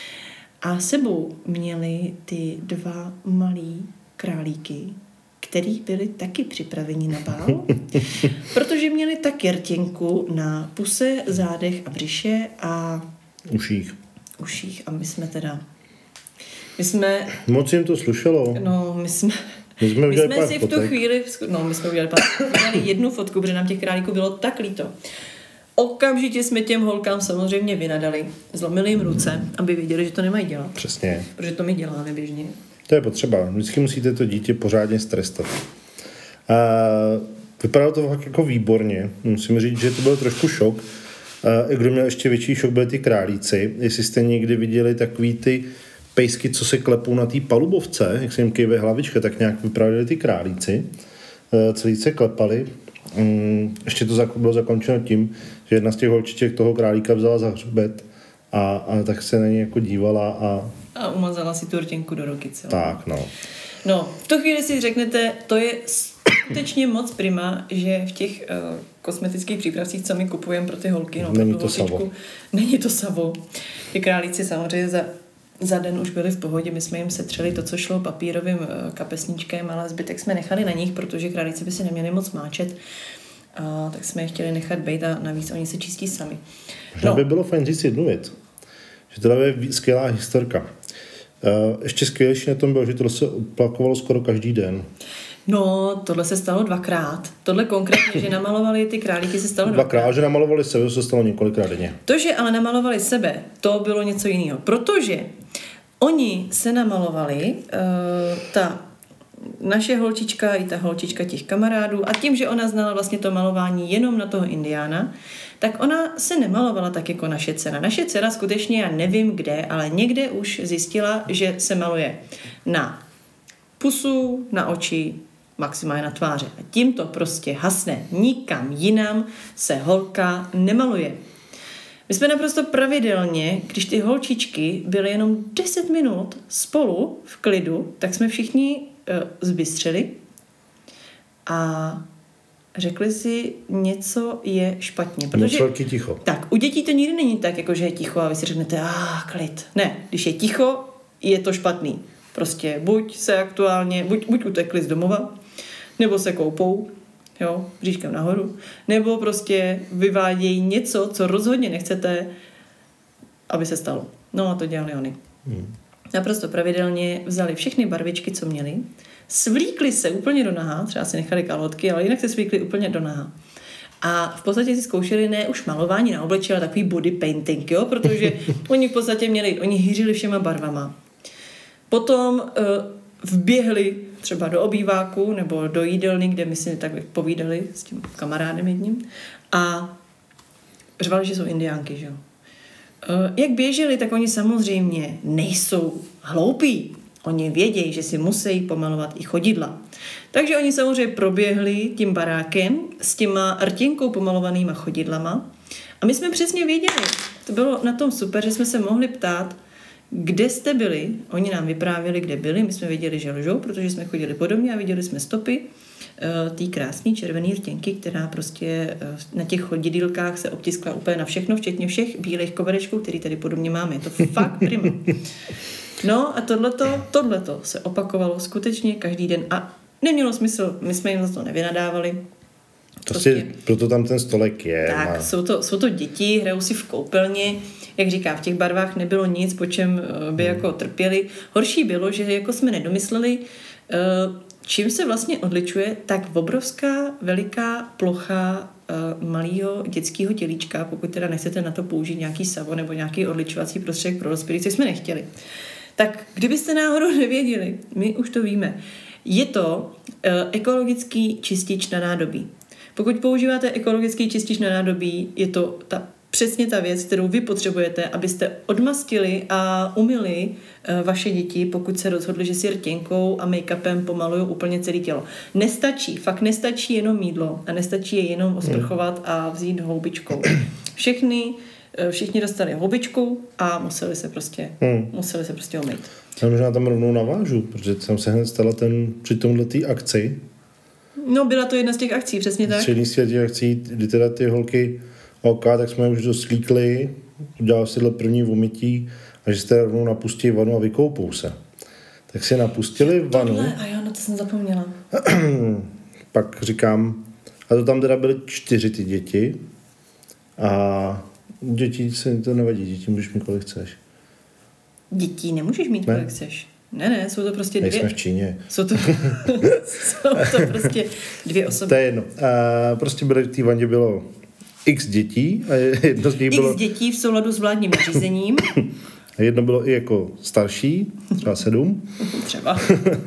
A sebou měli ty dva malý králíky, který byli taky připraveni na bál, protože měli taky rtěnku na puse, zádech a břiše a uších. Uších. A my jsme teda... My jsme... Moc jim to slušelo. No, my jsme... My jsme, my jsme si fotek. v tu chvíli... No, my jsme udělali, udělali jednu fotku, protože nám těch králíků bylo tak líto. Okamžitě jsme těm holkám samozřejmě vynadali. Zlomili jim ruce, aby věděli, že to nemají dělat. Přesně. Protože to my děláme běžně. To je potřeba. Vždycky musíte to dítě pořádně strestat. A vypadalo to fakt jako výborně. Musím říct, že to byl trošku šok. A kdo měl ještě větší šok, byli ty králíci. Jestli jste někdy viděli takový ty pejsky, co se klepou na té palubovce, jak se jim kejve hlavička, tak nějak vypadali ty králíci. Celý se klepali. Ještě to bylo zakončeno tím, že jedna z těch holčiček toho králíka vzala za hřbet a, a tak se na něj jako dívala a A umazala si tu rtěnku do ruky celou. Tak, no. No, v tu chvíli si řeknete, to je skutečně moc prima, že v těch uh, kosmetických přípravcích, co my kupujeme pro ty holky, no, není pro to savo. Není to savo. Ty králíci samozřejmě za, za den už byli v pohodě, my jsme jim setřeli to, co šlo papírovým uh, kapesníčkem, ale zbytek jsme nechali na nich, protože králíci by si neměli moc máčet. A tak jsme je chtěli nechat bejt a navíc oni se čistí sami. Možná no. by bylo fajn říct jednu věc, že tohle je skvělá historka. Uh, ještě skvělejší na tom bylo, že tohle se opakovalo skoro každý den. No, tohle se stalo dvakrát. Tohle konkrétně, že namalovali ty králíky, se stalo dvakrát. Dvakrát, že namalovali sebe, to se stalo několikrát denně. To, že ale namalovali sebe, to bylo něco jiného. Protože oni se namalovali, uh, ta naše holčička i ta holčička těch kamarádů a tím, že ona znala vlastně to malování jenom na toho indiána, tak ona se nemalovala tak jako naše dcera. Naše dcera skutečně, já nevím kde, ale někde už zjistila, že se maluje na pusu, na oči, maximálně na tváře. A tím to prostě hasne. Nikam jinam se holka nemaluje. My jsme naprosto pravidelně, když ty holčičky byly jenom deset minut spolu v klidu, tak jsme všichni uh, zbystřeli a řekli si, něco je špatně. Protože, velký ticho. Tak, u dětí to nikdy není tak, jako že je ticho a vy si řeknete, ah, klid. Ne, když je ticho, je to špatný. Prostě buď se aktuálně, buď, buď utekli z domova, nebo se koupou, jo, bříškem nahoru, nebo prostě vyvádějí něco, co rozhodně nechcete, aby se stalo. No a to dělali oni. Hmm. Naprosto pravidelně vzali všechny barvičky, co měli, svlíkli se úplně do naha, třeba si nechali kalhotky, ale jinak se svlíkli úplně do naha. A v podstatě si zkoušeli ne už malování na obličeji, ale takový body painting, jo, protože oni v podstatě měli, oni hýřili všema barvama. Potom uh, vběhli třeba do obýváku nebo do jídelny, kde my si tak povídali s tím kamarádem jedním a řvali, že jsou indiánky, že jo. Uh, jak běželi, tak oni samozřejmě nejsou hloupí. Oni vědějí, že si musí pomalovat i chodidla. Takže oni samozřejmě proběhli tím barákem s těma rtěnkou pomalovanýma chodidlama a my jsme přesně věděli. To bylo na tom super, že jsme se mohli ptát, kde jste byli. Oni nám vyprávěli, kde byli. My jsme věděli, že lžou, protože jsme chodili podobně a viděli jsme stopy uh, té krásné červené rtěnky, která prostě uh, na těch chodidílkách se obtiskla úplně na všechno, včetně všech bílých koberečků, který tady podobně máme. Je to fakt prima. No a tohleto, tohleto se opakovalo skutečně každý den a nemělo smysl, my jsme jim za to nevynadávali. To prostě, si, proto tam ten stolek je. Tak, jsou to, jsou to děti, hrajou si v koupelně, jak říká, v těch barvách nebylo nic, po čem by hmm. jako trpěli. Horší bylo, že jako jsme nedomysleli, čím se vlastně odličuje tak obrovská, veliká plocha malého dětského tělíčka, pokud teda nechcete na to použít nějaký savo nebo nějaký odličovací prostředek pro dospělí, co jsme nechtěli. Tak kdybyste náhodou nevěděli, my už to víme, je to uh, ekologický čistič na nádobí. Pokud používáte ekologický čistič na nádobí, je to ta, přesně ta věc, kterou vy potřebujete, abyste odmastili a umyli uh, vaše děti, pokud se rozhodli, že si rtěnkou a make-upem pomalují úplně celé tělo. Nestačí, fakt nestačí jenom mýdlo a nestačí je jenom osprchovat a vzít houbičkou. Všechny Všichni dostali houbičku a museli se prostě, hmm. museli se prostě umýt. Já možná tam rovnou navážu, protože jsem se hned stala ten, při tomhletý akci. No, byla to jedna z těch akcí, přesně tak. Střední z těch akcí, kdy teda ty holky OK, tak jsme už doslíkli, udělal si tohle první umytí a že jste rovnou napustili vanu a vykoupou se. Tak si napustili vanu. Tohle, a jo, no to jsem zapomněla. Pak říkám, a to tam teda byly čtyři ty děti a děti se to nevadí, děti můžeš mít kolik chceš. Dětí nemůžeš mít ne? kolik chceš. Ne, ne, jsou to prostě dvě. Nejsme v Číně. Jsou to, jsou to prostě dvě osoby. To je jedno. A prostě byly, v té vandě bylo x dětí a jedno z nich bylo... X dětí v souladu s vládním nařízením. A jedno bylo i jako starší, třeba sedm. Třeba.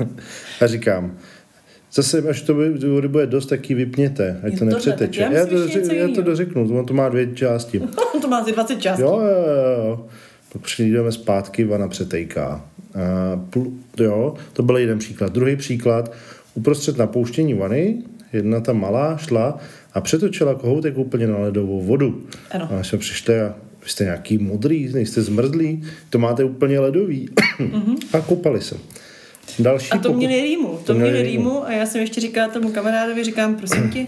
A říkám, zase, až to vody bude dost, tak ji vypněte, ať to nepřeteče. Já, já, to, já to dořeknu, on to má dvě části. On to má asi dvacet částí. Jo, jo, jo. Pak přijdeme zpátky, vana přetejká. A, jo, to byl jeden příklad. Druhý příklad, uprostřed napouštění vany, jedna ta malá šla a přetočila kohoutek úplně na ledovou vodu. Ano. A jsme přišli a vy jste nějaký modrý, nejste zmrzlí, to máte úplně ledový. Mm-hmm. A koupali se. Další a to pokud... měli rýmu, to, to měli rýmu a já jsem ještě říkala tomu kamarádovi, říkám, prosím tě,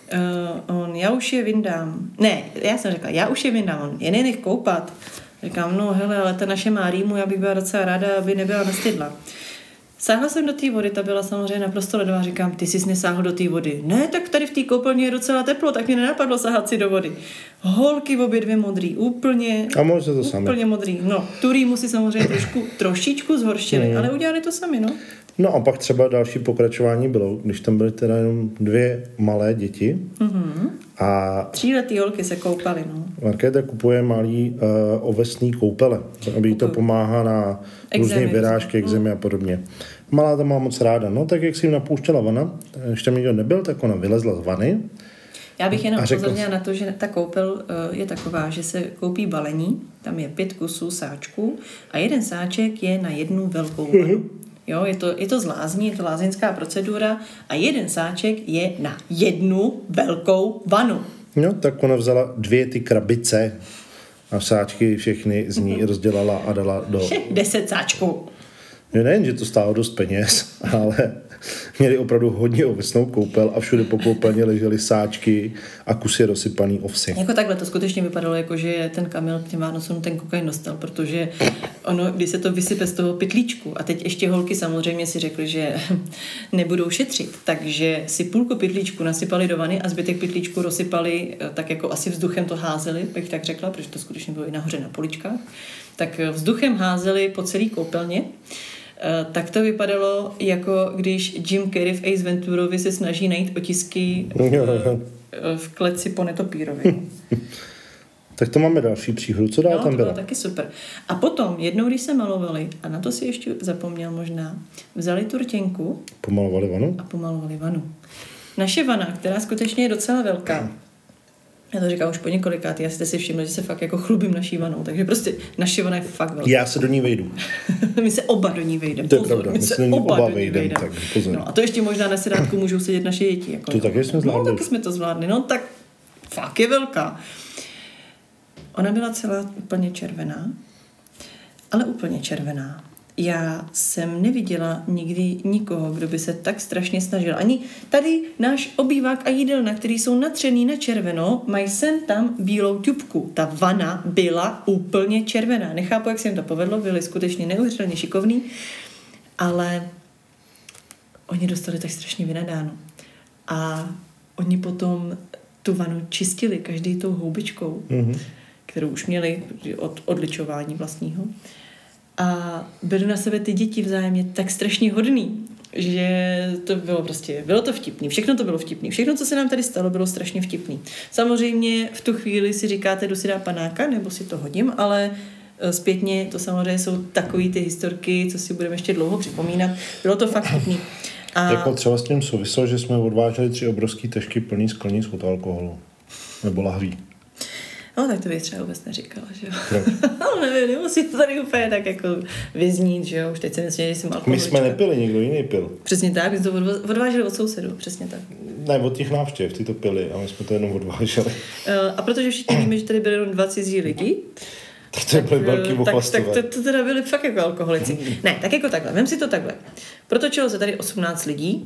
uh, on, já už je vyndám. Ne, já jsem řekla, já už je vyndám, on je nenech koupat. Říkám, no hele, ale ta naše má rýmu, já bych byla docela ráda, aby nebyla nastydla. Sáhla jsem do té vody, ta byla samozřejmě naprosto ledová, říkám, ty jsi nesáhl do té vody. Ne, tak tady v té koupelně je docela teplo, tak mě nenapadlo sahat si do vody. Holky obě dvě modrý, úplně, a možná to úplně sami. modrý. No, tu rýmu si samozřejmě trošku, trošičku zhoršili, mm. ale udělali to sami, no. No a pak třeba další pokračování bylo, když tam byly teda jenom dvě malé děti. Mm-hmm. A tříletý holky se koupaly, no. Markéta kupuje malý uh, ovesný koupele, aby jí to pomáhá na různé vyrážky, ekzemy a podobně. Malá to má moc ráda. No tak jak si jim napouštěla vana, když tam nikdo nebyl, tak ona vylezla z vany. Já bych jenom upozornila na to, že ta koupel uh, je taková, že se koupí balení, tam je pět kusů sáčků a jeden sáček je na jednu velkou vanu. Mm-hmm. Jo, je to, je to z lázní, je to lázeňská procedura a jeden sáček je na jednu velkou vanu. No, tak ona vzala dvě ty krabice A sáčky všechny z ní rozdělala a dala do... Deset sáčků. Nejen, že to stálo dost peněz, ale měli opravdu hodně ovesnou koupel a všude po koupelně ležely sáčky a kusy rozsypaný ovsy. Jako takhle to skutečně vypadalo, jako že ten Kamil k těm Vánocům ten kokain dostal, protože ono, když se to vysype z toho pytlíčku a teď ještě holky samozřejmě si řekly, že nebudou šetřit, takže si půlku pytlíčku nasypali do vany a zbytek pytlíčku rozsypali, tak jako asi vzduchem to házeli, bych tak řekla, protože to skutečně bylo i nahoře na poličkách, tak vzduchem házeli po celý koupelně. Tak to vypadalo, jako když Jim Carrey v Ace Venturovi se snaží najít otisky v kleci po netopírovi. Tak to máme další příhodu. Co dál no, tam to bylo? bylo taky super. A potom, jednou, když se malovali, a na to si ještě zapomněl možná, vzali tu rtěnku Pomalovali vanu? A pomalovali vanu. Naše vana, která skutečně je docela velká, já to říkám už po několikátý, já jste si všimli, že se fakt jako chlubím naší vanou, takže prostě naše vana je fakt velká. Já se do ní vejdu. My se oba do ní vejdeme. To je pravda, my, my se se do ní oba, oba do ní vejdeme. vejdem. Tak pozor. No a to ještě možná na sedátku můžou sedět naše děti. Jako, to taky jsme zvládli. No, taky jsme to zvládli. No tak fakt je velká. Ona byla celá úplně červená, ale úplně červená. Já jsem neviděla nikdy nikoho, kdo by se tak strašně snažil. Ani tady náš obývák a jídelna, který jsou natřený na červeno, mají sem tam bílou ťupku. Ta vana byla úplně červená. Nechápu, jak se jim to povedlo, byli skutečně neuvěřitelně šikovní, ale oni dostali tak strašně vynadáno. A oni potom tu vanu čistili každý tou houbičkou, mm-hmm. kterou už měli od odličování vlastního. A byly na sebe ty děti vzájemně tak strašně hodný, že to bylo prostě, bylo to vtipný, všechno to bylo vtipný, všechno, co se nám tady stalo, bylo strašně vtipný. Samozřejmě v tu chvíli si říkáte, jdu si dá panáka, nebo si to hodím, ale zpětně to samozřejmě jsou takový ty historky, co si budeme ještě dlouho připomínat. Bylo to fakt vtipný. A... Jako třeba s tím souviselo, že jsme odváželi tři obrovský tašky plný sklenic od alkoholu. Nebo lahví. No, tak to bych třeba vůbec neříkala, že jo. Ale nevím, nemusí to tady úplně tak jako vyznít, že jo. Už teď se myslím, že jsem alkoholička. My jsme nepili, někdo jiný pil. Přesně tak, my to odváželi od sousedů, přesně tak. Ne, od těch návštěv, ty to pili a my jsme to jenom odváželi. A protože všichni víme, že tady byli jenom dva cizí lidi, tak to byly velký ochlastové. Tak, tak to, to teda byli fakt jako alkoholici. Ne, tak jako takhle, vem si to takhle. Protočilo se tady osmnáct lidí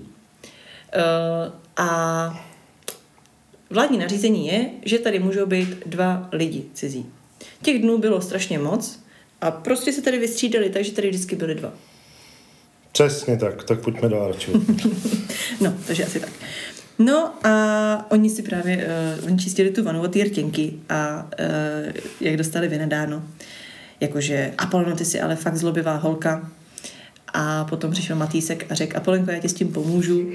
uh, a vládní nařízení je, že tady můžou být dva lidi cizí. Těch dnů bylo strašně moc a prostě se tady vystřídali, takže tady vždycky byly dva. Přesně tak, tak pojďme dál radši. No, takže asi tak. No a oni si právě, uh, oni čistili tu vanu od ty rtěnky a uh, jak dostali vynadáno. Jakože Apoleno, ty jsi ale fakt zlobivá holka. A potom přišel Matýsek a řekl, Apolenko, já ti s tím pomůžu.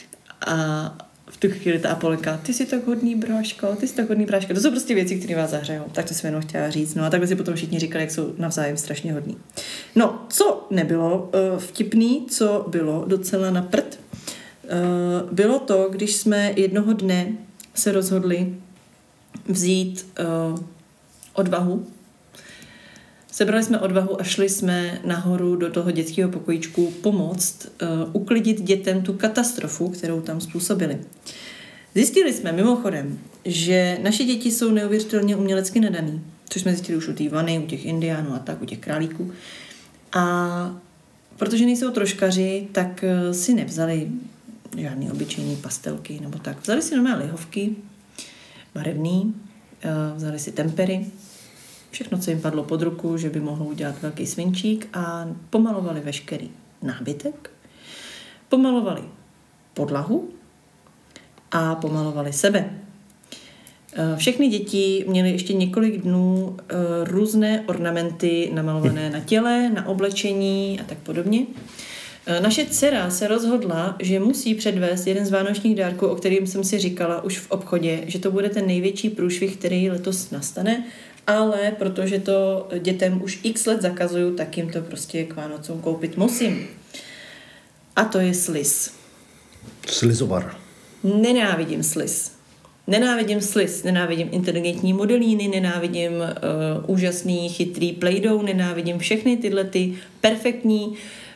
A v tu chvíli ta Apolenka, ty jsi tak hodný bráško, ty jsi tak hodný bráško. To jsou prostě věci, které vás zahřejou. Tak to jsem jenom chtěla říct. No a takhle si potom všichni říkali, jak jsou navzájem strašně hodní. No, co nebylo uh, vtipný, co bylo docela na prd, uh, bylo to, když jsme jednoho dne se rozhodli vzít uh, odvahu. Sebrali jsme odvahu a šli jsme nahoru do toho dětského pokojíčku pomoct uh, uklidit dětem tu katastrofu, kterou tam způsobili. Zjistili jsme mimochodem, že naše děti jsou neuvěřitelně umělecky nadaný, což jsme zjistili už u té vany, u těch indiánů a tak, u těch králíků. A protože nejsou troškaři, tak uh, si nevzali žádný obyčejný pastelky nebo tak. Vzali si normální lihovky, barevný, uh, vzali si tempery, všechno, co jim padlo pod ruku, že by mohlo udělat velký svinčík a pomalovali veškerý nábytek, pomalovali podlahu a pomalovali sebe. Všechny děti měly ještě několik dnů různé ornamenty namalované na těle, na oblečení a tak podobně. Naše dcera se rozhodla, že musí předvést jeden z vánočních dárků, o kterým jsem si říkala už v obchodě, že to bude ten největší průšvih, který letos nastane, ale protože to dětem už x let zakazuju, tak jim to prostě k Vánocům koupit musím. A to je sliz. Slizovar. Nenávidím sliz. Nenávidím sliz, nenávidím inteligentní modelíny, nenávidím uh, úžasný, chytrý Play-Doh, nenávidím všechny tyhle ty perfektní,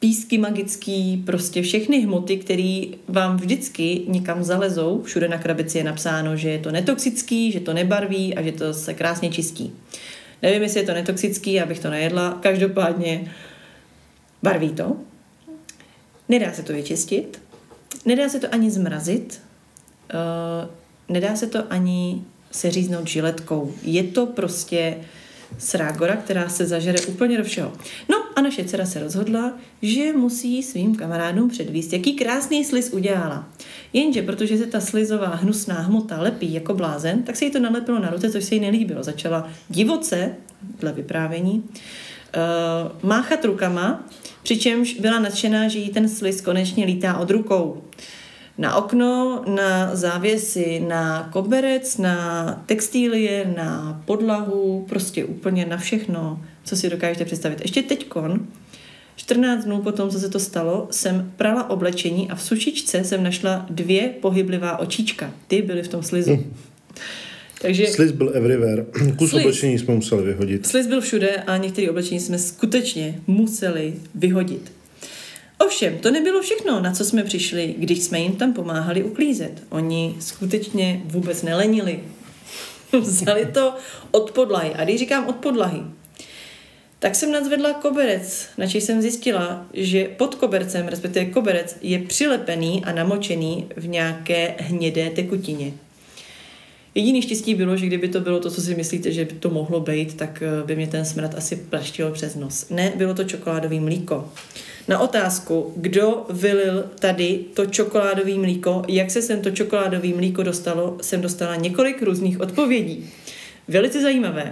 písky magický, prostě všechny hmoty, které vám vždycky někam zalezou. Všude na krabici je napsáno, že je to netoxický, že to nebarví a že to se krásně čistí. Nevím, jestli je to netoxický, abych to nejedla. Každopádně barví to. Nedá se to vyčistit. Nedá se to ani zmrazit. Uh, nedá se to ani seříznout žiletkou. Je to prostě srágora, která se zažere úplně do všeho. No a naše dcera se rozhodla, že musí svým kamarádům předvíst, jaký krásný sliz udělala. Jenže protože se ta slizová hnusná hmota lepí jako blázen, tak se jí to nalepilo na ruce, což se jí nelíbilo. Začala divoce, dle vyprávění, uh, máchat rukama, přičemž byla nadšená, že jí ten sliz konečně lítá od rukou. Na okno, na závěsy, na koberec, na textílie, na podlahu, prostě úplně na všechno, co si dokážete představit. Ještě teďkon, čtrnáct dnů potom, co se to stalo, jsem prala oblečení a v sušičce jsem našla dvě pohyblivá očička. Ty byly v tom slizu. Mm. Takže sliz byl everywhere. Kus sliz. Oblečení jsme museli vyhodit. Sliz byl všude a některé oblečení jsme skutečně museli vyhodit. Ovšem, to nebylo všechno, na co jsme přišli, když jsme jim tam pomáhali uklízet. Oni skutečně vůbec nelenili. Vzali to od podlahy. A když říkám od podlahy, tak jsem nadzvedla koberec, na čem jsem zjistila, že pod kobercem, respektive koberec, je přilepený a namočený v nějaké hnědé tekutině. Jediný štěstí bylo, že kdyby to bylo to, co si myslíte, že by to mohlo být, tak by mě ten smrad asi praštil přes nos. Ne, bylo to čokoládový mlíko. Na otázku, kdo vylil tady to čokoládové mlíko, jak se sem to čokoládové mlíko dostalo, jsem dostala několik různých odpovědí. Velice zajímavé.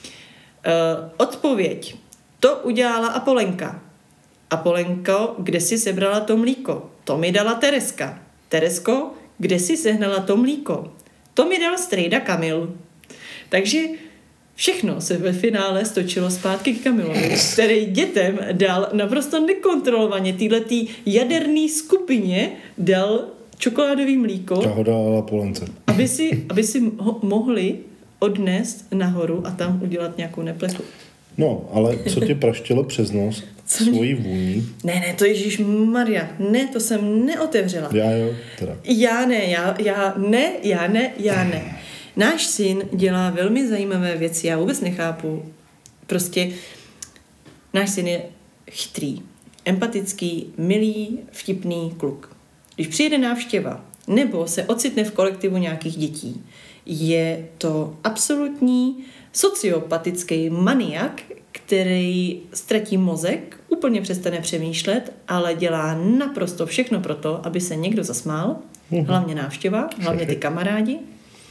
Uh, odpověď. To udělala Apolenka. Apolenko, kde si sebrala to mlíko? To mi dala Tereska. Teresko, kde si sehnala to mlíko? To mi dal strejda Kamil. Takže všechno se ve finále stočilo zpátky k Kamilovi, který dětem dal naprosto nekontrolovaně týhletý jaderný skupině dal čokoládový mlíko. A ho dala Polence. Aby si, aby si ho mohli odnést nahoru a tam udělat nějakou neplechu. No, ale co tě praštilo přes nos? Co? Svojí vůní? Ne, ne, to Ježišmarja. Ne, to jsem neotevřela. Já jo, teda. Já ne, já, já ne, já ne, já ne. Náš syn dělá velmi zajímavé věci, já vůbec nechápu. Prostě náš syn je chytrý, empatický, milý, vtipný kluk. Když přijede návštěva nebo se ocitne v kolektivu nějakých dětí, je to absolutní sociopatický maniak, který ztratí mozek, úplně přestane přemýšlet, ale dělá naprosto všechno pro to, aby se někdo zasmál, uhum. Hlavně návštěva, hlavně ty kamarádi.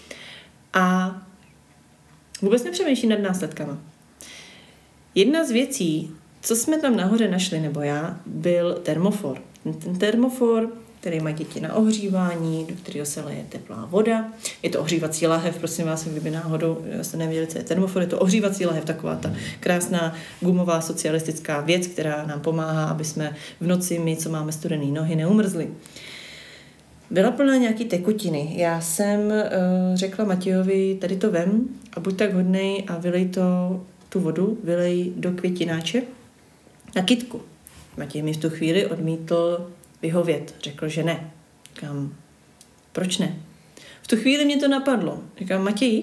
A vůbec nepřemýšlí nad následkama. Jedna z věcí, co jsme tam nahoře našli, nebo já, byl termofor. Ten termofor, který má děti na ohřívání, do kterého se leje teplá voda. Je to ohřívací lahev, prosím vás, kdyby náhodou jste nevěděli, co je termofor, je to ohřívací lahev, taková ta krásná gumová socialistická věc, která nám pomáhá, aby jsme v noci, my, co máme studený nohy, neumrzli. Byla plná nějaký tekutiny. Já jsem uh, řekla Matějovi, tady to vem a buď tak hodnej a vylej to, tu vodu, vylej do květináče na kytku. Matěj mi v tu chvíli odmítl vyhovět. Řekl, že ne. Říkám, proč ne? V tu chvíli mě to napadlo. Říkám, Matěj,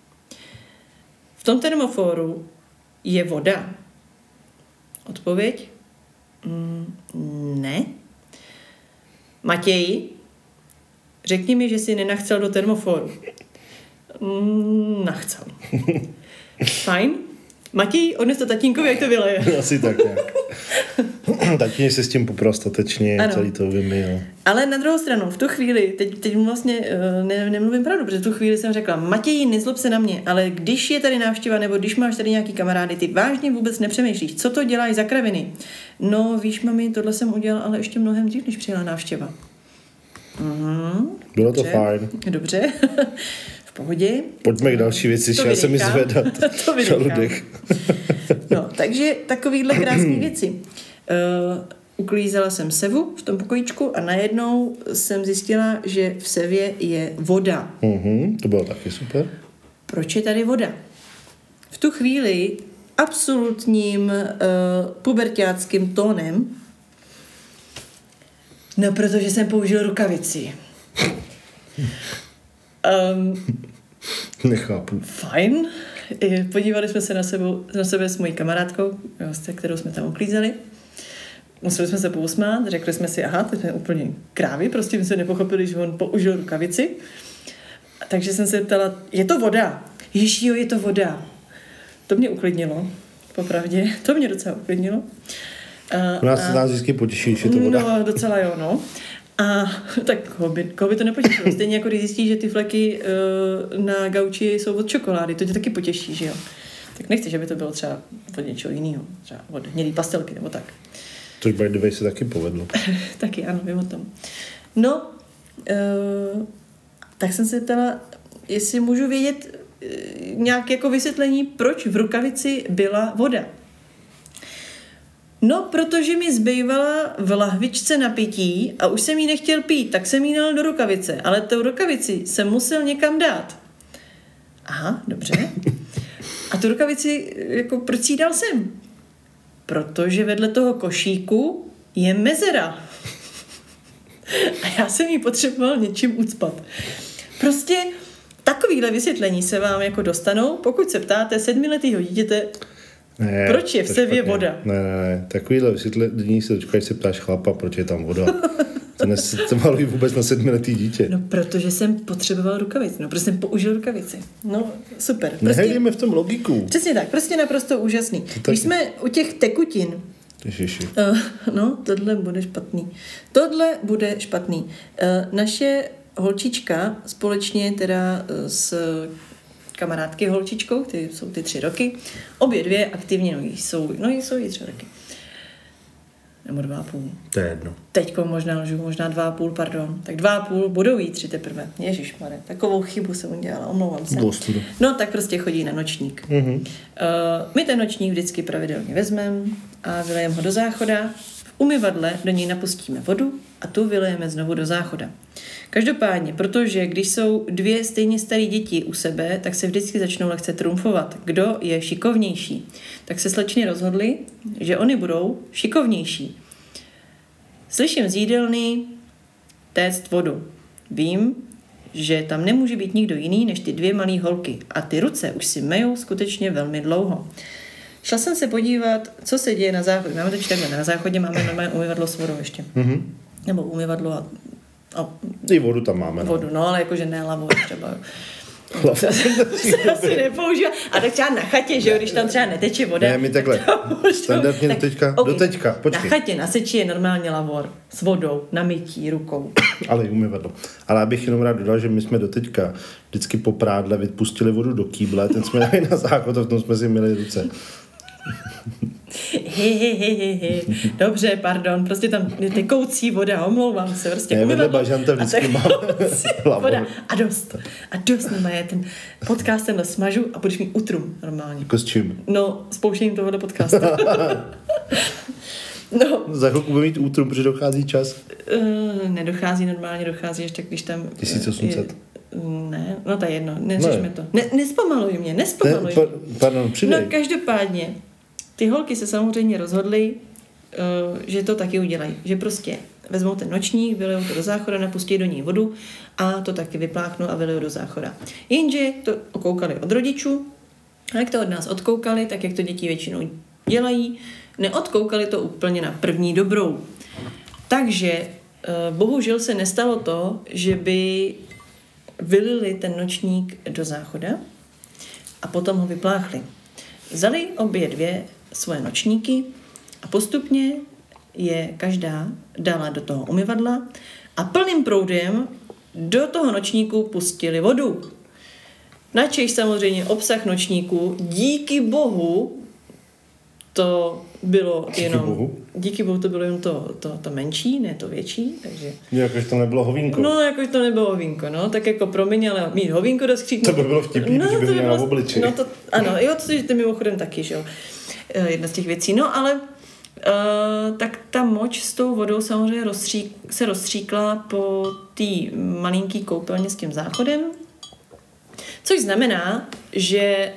v tom termoforu je voda. Odpověď? Mm, ne. Matěj, řekni mi, že jsi nenachcel do termoforu. Mm, nachcel. Fajn. Matěj, odnes to tatínkovi, jak to vyleje. Asi tak nějak. Tatín se s tím popral statečně, ano. Celý to vymyl. Ale na druhou stranu, v tu chvíli, teď, teď vlastně ne, nemluvím pravdu, protože v tu chvíli jsem řekla, Matěj, nezlob se na mě, ale když je tady návštěva, nebo když máš tady nějaký kamarády, ty vážně vůbec nepřemýšlíš, co to děláš za kraviny? No, víš, mami, tohle jsem udělal, ale ještě mnohem dřív, než přijela návštěva. Mhm, bylo dobře, to fajn. Dobře, v pohodě. Pojďme k další věci, já se mi zvedat žaludek. No, takže takovýhle krásné věci. Uh, uklízela jsem sevu v tom pokojíčku a najednou jsem zjistila, že v sevě je voda. Mm-hmm, to bylo taky super. Proč je tady voda? V tu chvíli absolutním uh, puberťáckým tónem No, protože jsem použil rukavici. um, Nechápu. Fajn. Podívali jsme se na, sebou, na sebe s mojí kamarádkou, se kterou jsme tam uklízeli. Museli jsme se pousmát, řekli jsme si, aha, teď jsme úplně krávy, prostě my jsme nepochopili, že on použil rukavici. Takže jsem se ptala, je to voda? Ježí, jo, je to voda. To mě uklidnilo, popravdě. To mě docela uklidnilo. U nás se nás vždycky potěší, že je to voda. No, docela jo, no. A tak koho by, koho by to nepotěšilo? Stejně jako když zjistíš, že ty fleky uh, na gauči jsou od čokolády, to tě taky potěší, že jo? Tak nechci, že by to bylo třeba od něčeho jiného, třeba od hnědý pastelky nebo tak. Což by the way se taky povedlo. Taky, ano, vím o tom. No, uh, tak jsem se ptala, jestli můžu vědět uh, nějaké jako vysvětlení, proč v rukavici byla voda. No, protože mi zbývala v lahvičce na pití a už jsem jí nechtěl pít, tak jsem jí dal do rukavice, ale tu rukavici jsem musel někam dát. Aha, dobře. A tu rukavici, jako proč jí dal jsem? Protože vedle toho košíku je mezera. A já jsem jí potřeboval něčím ucpat. Prostě takovýhle vysvětlení se vám jako dostanou, pokud se ptáte sedmiletýho dítěte, ne, proč je v sevě voda. Ne, ne, ne. Takovýhle vysvětlení se dočkáš, se ptáš chlapa, proč je tam voda. To nesmalují vůbec na sedmiletý dítě. No, protože jsem potřeboval rukavici. No, protože jsem použil rukavici. No, super. Prostě, nehajdeme v tom logiku. Přesně tak, prostě naprosto úžasný. Když jsme u těch tekutin, Ježiši. Uh, no, tohle bude špatný. Tohle bude špatný. Uh, naše holčička společně teda uh, s kamarádky holčičkou, ty jsou ty tři roky, obě dvě aktivně, no jsou, no jsou jí tři roky. Nebo dva a půl. To je jedno. Teďko možná lžu, možná dva a půl, pardon. Tak dva a půl, budou jí tři teprve. Ježišmarja, takovou chybu jsem udělala, omlouvám se. Bostudu. No, tak prostě chodí na nočník. Mm-hmm. Uh, my ten nočník vždycky pravidelně vezmeme a vylejeme ho do záchoda. V umyvadle do něj napustíme vodu a tu vylejeme znovu do záchoda. Každopádně, protože když jsou dvě stejně staré děti u sebe, tak se vždycky začnou lehce trumfovat. Kdo je šikovnější? Tak se slečny rozhodli, že oni budou šikovnější. Slyším z jídelny téct vodu. Vím, že tam nemůže být nikdo jiný než ty dvě malé holky. A ty ruce už si mejou skutečně velmi dlouho. Šla jsem se podívat, co se děje na záchodě. Máme to takhle, na záchodě máme normálně umyvadlo s vodou ještě. Mm-hmm. Nebo umyvadlo a, a... I vodu tam máme. Vodu, no, no ale jakože ne lavou třeba. To se asi nepoužívá. A tak třeba na chatě, že jo, když tam třeba neteče voda. Ne, my takhle. Standardně do teďka. Okay. Do teďka, počkej. Na chatě, na seči je normálně lavor s vodou, na mytí rukou. Ale i umyvadlo. Ale abych jenom rád dodal, že my jsme do teďka vždycky po prádle vypustili vodu do kýble, ten jsme dali na záchod a v tom jsme si myli ruce. He, he, he, he, he. Dobře, pardon, prostě tam je tekoucí voda, omlouvám se. Prostě ne, vedle bažanta vždycky máme voda. A dost. A dost nemaje. Ten podcast tenhle smažu a budeš mít utrum normálně. Jako s čím? No, s pouštěním tohohle podcastu. No. Za chvilku bude mít útrum, protože dochází čas. Uh, nedochází normálně, dochází ještě, když tam... tisíc osm set. Je, ne, no to je jedno, neřešme ne. to. Ne, nespomaluj mě, nespomaluj. Ne, pa, pardon, přidej. No každopádně, ty holky se samozřejmě rozhodly, uh, že to taky udělají. Že prostě vezmou ten nočník, vylejou to do záchoda, napustí do ní vodu a to taky vypláchnou a vylejou do záchoda. Jenže to okoukali od rodičů, a jak to od nás odkoukali, tak jak to děti většinou dělají, neodkoukali to úplně na první dobrou. Takže uh, bohužel se nestalo to, že by vylili ten nočník do záchoda a potom ho vypláchli. Vzali obě dvě svoje nočníky a postupně je každá dala do toho umyvadla a plným proudem do toho nočníku pustili vodu. Načež samozřejmě obsah nočníku, díky bohu, to bylo díky jenom... Bohu? Díky bohu to bylo jenom to, to, to menší, ne to větší, takže... Jakož to nebylo hovínko. No, jakož to nebylo hovínko, no, tak jako promiň, ale mít hovínko do skříku... To by bylo vtipný, no, když by měla v obliči. No to, ano, jo, to je mimochodem taky, že jo, jedna z těch věcí. No, ale uh, tak ta moč s tou vodou samozřejmě rozstřík, se rozstříkla po té malinký koupelně s tím záchodem, což znamená, že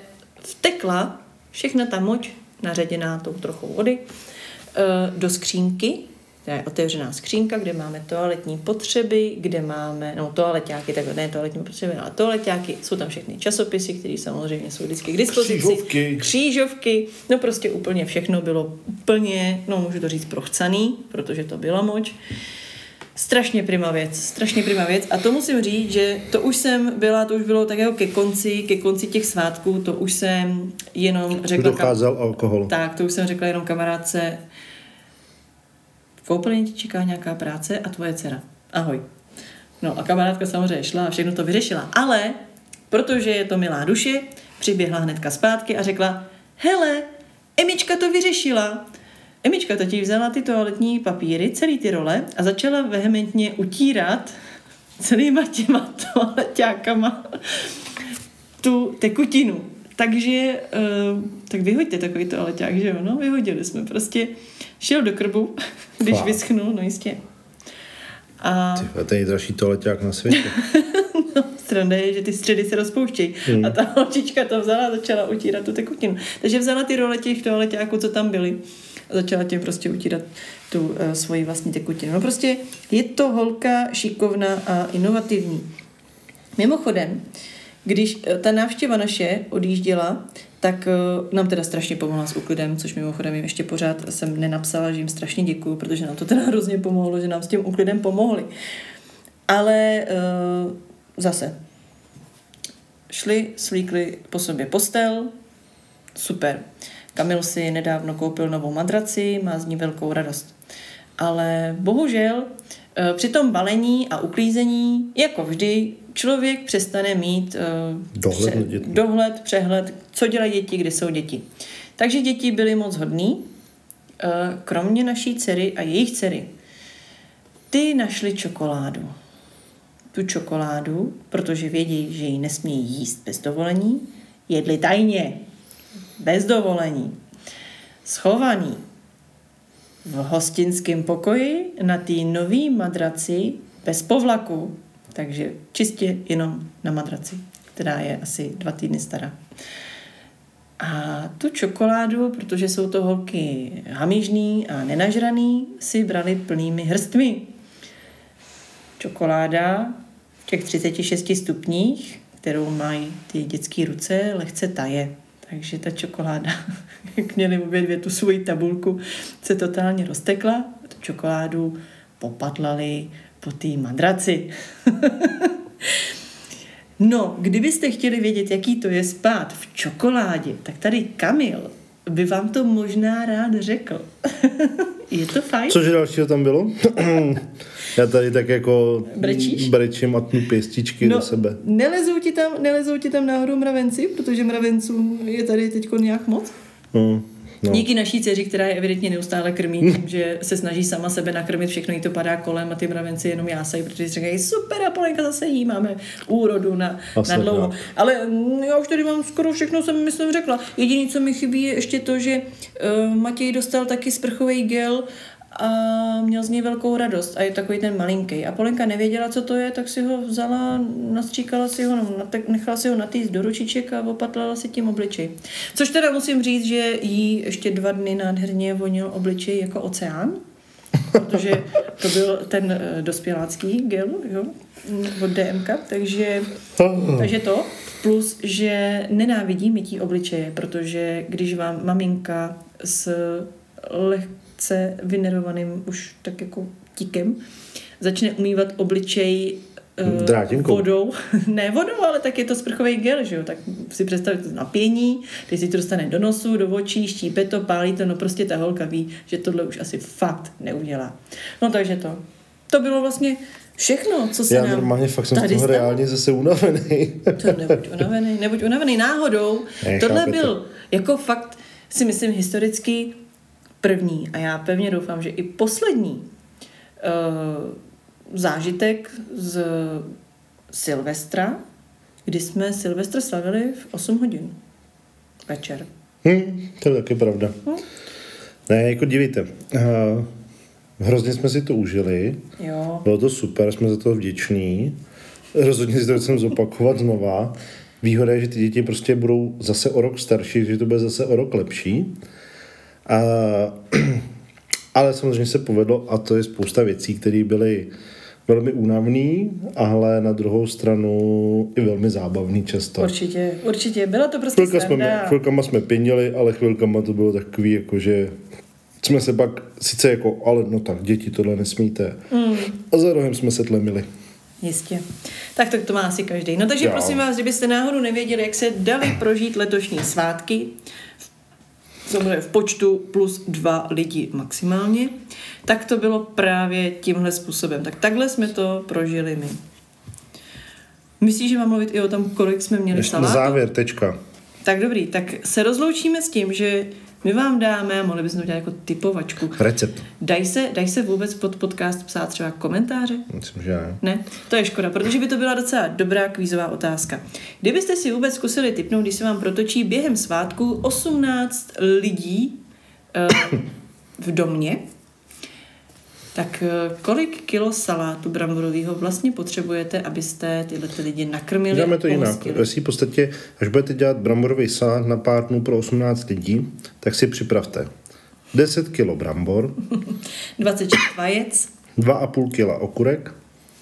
vtekla všechna ta moč naředěná tou trochou vody do skřínky která je otevřená skřínka, kde máme toaletní potřeby, kde máme, no toaleťáky, tak ne toaletní potřeby, ale toaleťáky, jsou tam všechny časopisy, které samozřejmě jsou vždycky k dispozici. Křížovky. Křížovky, no prostě úplně všechno bylo úplně, no můžu to říct prochcaný, protože to byla moč. Strašně prima věc, strašně prima věc a to musím říct, že to už jsem byla, to už bylo tak jako ke konci, ke konci těch svátků, to už jsem jenom řekla... Docházel kam... alkohol. Tak, to už jsem řekla jenom kamarádce, v koupelně ti čeká nějaká práce a tvoje dcera. Ahoj. No a kamarádka samozřejmě šla a všechno to vyřešila, ale protože je to milá duše, přiběhla hnedka zpátky a řekla, hele, Emička to vyřešila. Emička totiž vzala ty toaletní papíry, celý ty role a začala vehementně utírat celýma těma toaleťákama tu tekutinu. Takže, uh, tak vyhoďte takový toaleťák, že jo? No, vyhodili jsme. Prostě šel do krbu, když Fá. vyschnul, no jistě. A... Ty, to je nejdražší toaleťák na světě. No, strana je, že ty středy se rozpouštějí. Hmm. A ta holčička to vzala a začala utírat tu tekutinu. Takže vzala ty role těch toaleťáků, co tam byly, a začala tím prostě utírat tu uh, svoji vlastní tekutinu. No prostě je to holka šikovná a inovativní. Mimochodem, když uh, ta návštěva naše odjížděla, tak uh, nám teda strašně pomohla s úklidem, což mimochodem jim ještě pořád jsem nenapsala, že jim strašně děkuju, protože nám to teda hrozně pomohlo, že nám s tím úklidem pomohli. Ale uh, zase šli, svlíkli po sobě postel, super. Kamil si nedávno koupil novou madraci, má z ní velkou radost. Ale bohužel při tom balení a uklízení, jako vždy, člověk přestane mít dohled, pře- dohled přehled, co dělají děti, kde jsou děti. Takže děti byly moc hodný, kromě naší dcery a jejich dcery. Ty našli čokoládu. Tu čokoládu, protože vědí, že ji nesmějí jíst bez dovolení, jedli tajně. Bez dovolení. Schovaný v hostinském pokoji na té nový madraci bez povlaku. Takže čistě jenom na madraci, která je asi dva týdny stará. A tu čokoládu, protože jsou to holky hamižný a nenažraný, si brali plnými hrstmi. Čokoláda v těch třiceti šesti stupních, kterou mají ty dětské ruce, lehce taje. Takže ta čokoláda, jak měli obě dvě tu svoji tabulku, se totálně roztekla. Tu čokoládu popatlali po té madraci. No, kdybyste chtěli vědět, jaký to je spát v čokoládě, tak tady Kamil by vám to možná rád řekl. Je to fajn? Cože dalšího tam bylo? Já tady tak jako Brečíš? brečím a tnu pěstičky no, do sebe. Nelezou ti tam, nelezou ti tam náhodou mravenci, protože mravenců je tady teďko nějak moc? No, no. Díky naší dceři, která je evidentně neustále krmí, že se snaží sama sebe nakrmit, všechno jí to padá kolem a ty mravenci jenom jásají, protože si říkají, super, a Polenka zase jí, máme úrodu na, na dlouho. No. Ale já už tady mám skoro všechno, jsem myslím řekla. Jediné, co mi chybí, je ještě to, že uh, Matěj dostal taky sprchový gel a měl z něj velkou radost a je takový ten malinký. A Polenka nevěděla, co to je, tak si ho vzala, nastříkala si ho, no, nechala si ho natýst do ručiček a opatlala si tím obličej. Což teda musím říct, že jí ještě dva dny nádherně vonil obličej jako oceán, protože to byl ten uh, dospělácký gel, jo, od D M K, takže, takže to. Plus, že nenávidí mytí obličeje, protože když vám maminka s lehkou se vynerovaným už tak jako tíkem, začne umývat obličej uh, vodou. Ne vodou, ale tak je to sprchový gel, že jo? Tak si představit to napění, když si to dostane do nosu, do očí, štípe to, pálí to, no prostě ta holka ví, že tohle už asi fakt neudělá. No takže to. To bylo vlastně všechno, co se Já nám normálně fakt jsem z toho stalo. Reálně zase unavený. To nebuď unavený, nebuď unavený náhodou. Ne, tohle byl to. Jako fakt, si myslím, historicky první a já pevně doufám, že i poslední uh, zážitek z Silvestra, kdy jsme Silvestr slavili v osm hodin večer. Hmm, to je taky pravda. Hmm? Ne, jako divíte. Uh, hrozně jsme si to užili. Jo. Bylo to super, jsme za to vděční. Rozhodně si to chcem zopakovat znova. Výhoda je, že ty děti prostě budou zase o rok starší, že to bude zase o rok lepší. A Ale samozřejmě se povedlo, a to je spousta věcí, které byly velmi únavný, ale na druhou stranu i velmi zábavný často. Určitě, určitě. Byla to prostě Chvilka jsme, chvilkama jsme pěnili, ale chvilkama to bylo takový, jako že jsme se pak sice jako, ale no tak, děti tohle nesmíte. Mm. A za rohem jsme se tlemili. Jistě. Tak to, to má asi každý. No takže jo. Prosím vás, kdybyste náhodou nevěděli, jak se dali prožít letošní svátky, samozřejmě v počtu plus dva lidi maximálně, tak to bylo právě tímhle způsobem. Tak takhle jsme to prožili my. Myslíš, že mám mluvit i o tom, kolik jsme měli Ještě salátu? Na závěr, tečka. Tak dobrý, tak se rozloučíme s tím, že my vám dáme, mohli bychom to dělat jako typovačku. Recept. Daj se, daj se vůbec pod podcast psát třeba komentáře? Myslím, že ne. Ne? To je škoda, protože by to byla docela dobrá kvízová otázka. Kdybyste si vůbec zkusili tipnout, když se vám protočí během svátku osmnáct lidí uh, v domě, tak uh, kolik kilo salátu bramborového vlastně potřebujete, abyste tyhle ty lidi nakrmili? Dáme to jinak. Jestli v podstatě, až budete dělat bramborový salát na pár dnů pro osmnáct lidí, tak si připravte deset kilo brambor, dvacet šest vajec, dva a půl kila okurek,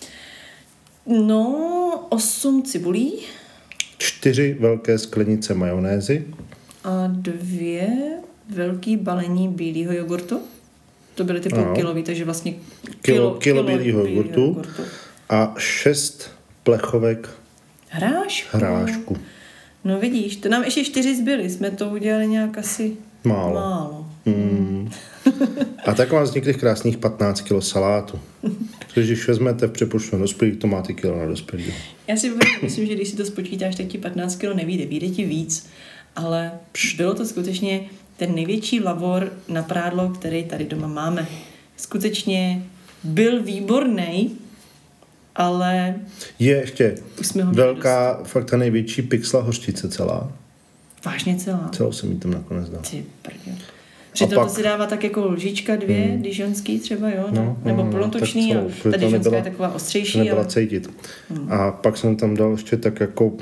no osm cibulí, čtyři velké sklenice majonézy a dvě velký balení bílého jogurtu. To byly ty půlkilový, takže vlastně kilo, kilo, kilo bílého jogurtu, jogurtu a šest plechovek hrášku. hrášku. No vidíš, to nám ještě čtyři zbyly, jsme to udělali nějak asi málo. málo. Mm. A tak vám vznikly krásných patnáct kilo salátu. Což když vezmete v přepočtu na dospělých, to máte kilo na dospělých. Já si myslím, že když si to spočítáš, tak ti patnáct kilo nevíde, vyjde ti víc, ale bylo to skutečně ten největší lavor na prádlo, který tady doma máme. Skutečně byl výborný, ale je ještě už jsme ho velká, dost. Fakt ta největší pixla hořčice celá. Vážně celá? Celou jsem jí tam nakonec dal. Ty prdě. Přitom pak... to si dává tak jako lžička dvě, hmm. dižonský třeba, jo? No, nebo no, plnotočný a ta dižonská je taková ostřejší. Nebyla ale... cítit. Hmm. A pak jsem tam dal ještě tak jako,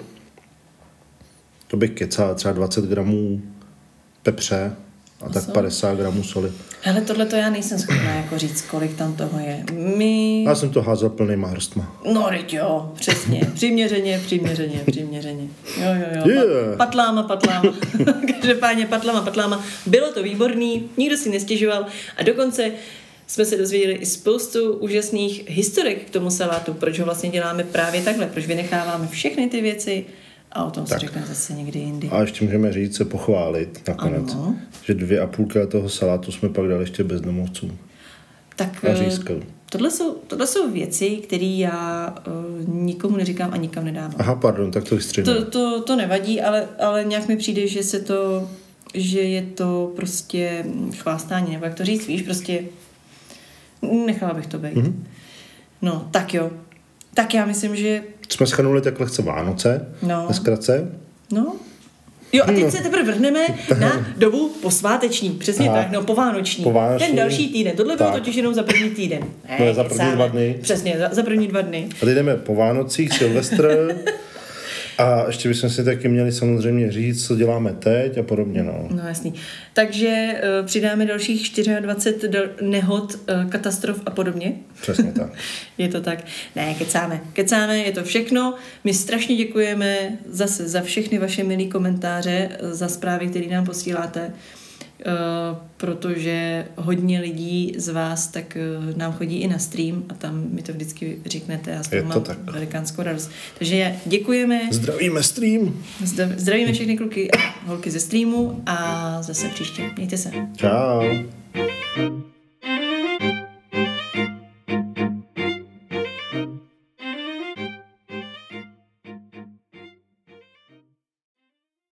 to bych kecal, třeba dvacet gramů pepře a tak padesát gramů soli. Hele, tohle to já nejsem schopná jako říct, kolik tam toho je. My... Já jsem to házel plnýma hrstma. No, teď jo, přesně. Přiměřeně, přiměřeně, přiměřeně. Jo, jo, jo. Yeah. Patláma, patláma. Každopádně patláma, patláma. Bylo to výborný, nikdo si nestěžoval a dokonce jsme se dozvěděli i spoustu úžasných historek k tomu salátu, proč ho vlastně děláme právě takhle, proč vynecháváme všechny ty věci. A o tom tak. si řekneme zase někdy jindy. A ještě můžeme říct, se pochválit nakonec, ano. že dvě a půl kila toho salátu jsme pak dali ještě bezdomovcům. Tak a řízkou. Tohle jsou, tohle jsou věci, které já uh, nikomu neříkám a nikam nedávám. Aha, pardon, tak to vystřihnu. To, to, to nevadí, ale, ale nějak mi přijde, že se to, že je to prostě chvástání, nebo jak to říct, víš, prostě nechala bych to být. Mm-hmm. No, tak jo. Tak já myslím, že... Jsme shrnuli tak lehce Vánoce, no. ve zkratce. No. Jo, a teď no. se teprve vrhneme na dobu posváteční. Přesně Aha. tak, no, povánoční. povánoční. Ten další týden. Tohle bylo totiž jenom za první týden. Ne, no, za první dva dny. Přesně, za, za první dva dny. A teď jdeme po Vánocích, Silvestr. A ještě bychom si taky měli samozřejmě říct, co děláme teď a podobně. No, no jasný. Takže uh, přidáme dalších dvacet čtyři del- nehod, uh, katastrof a podobně. Přesně tak. Je to tak. Ne, kecáme. Kecáme, je to všechno. My strašně děkujeme zase za všechny vaše milý komentáře, za zprávy, které nám posíláte, uh, protože hodně lidí z vás tak uh, nám chodí i na stream a tam mi to vždycky řeknete a z toho mám velikánskou radost. Takže děkujeme. Zdravíme stream. Zdravíme všechny kluky a holky ze streamu a zase příště. Mějte se. Čau.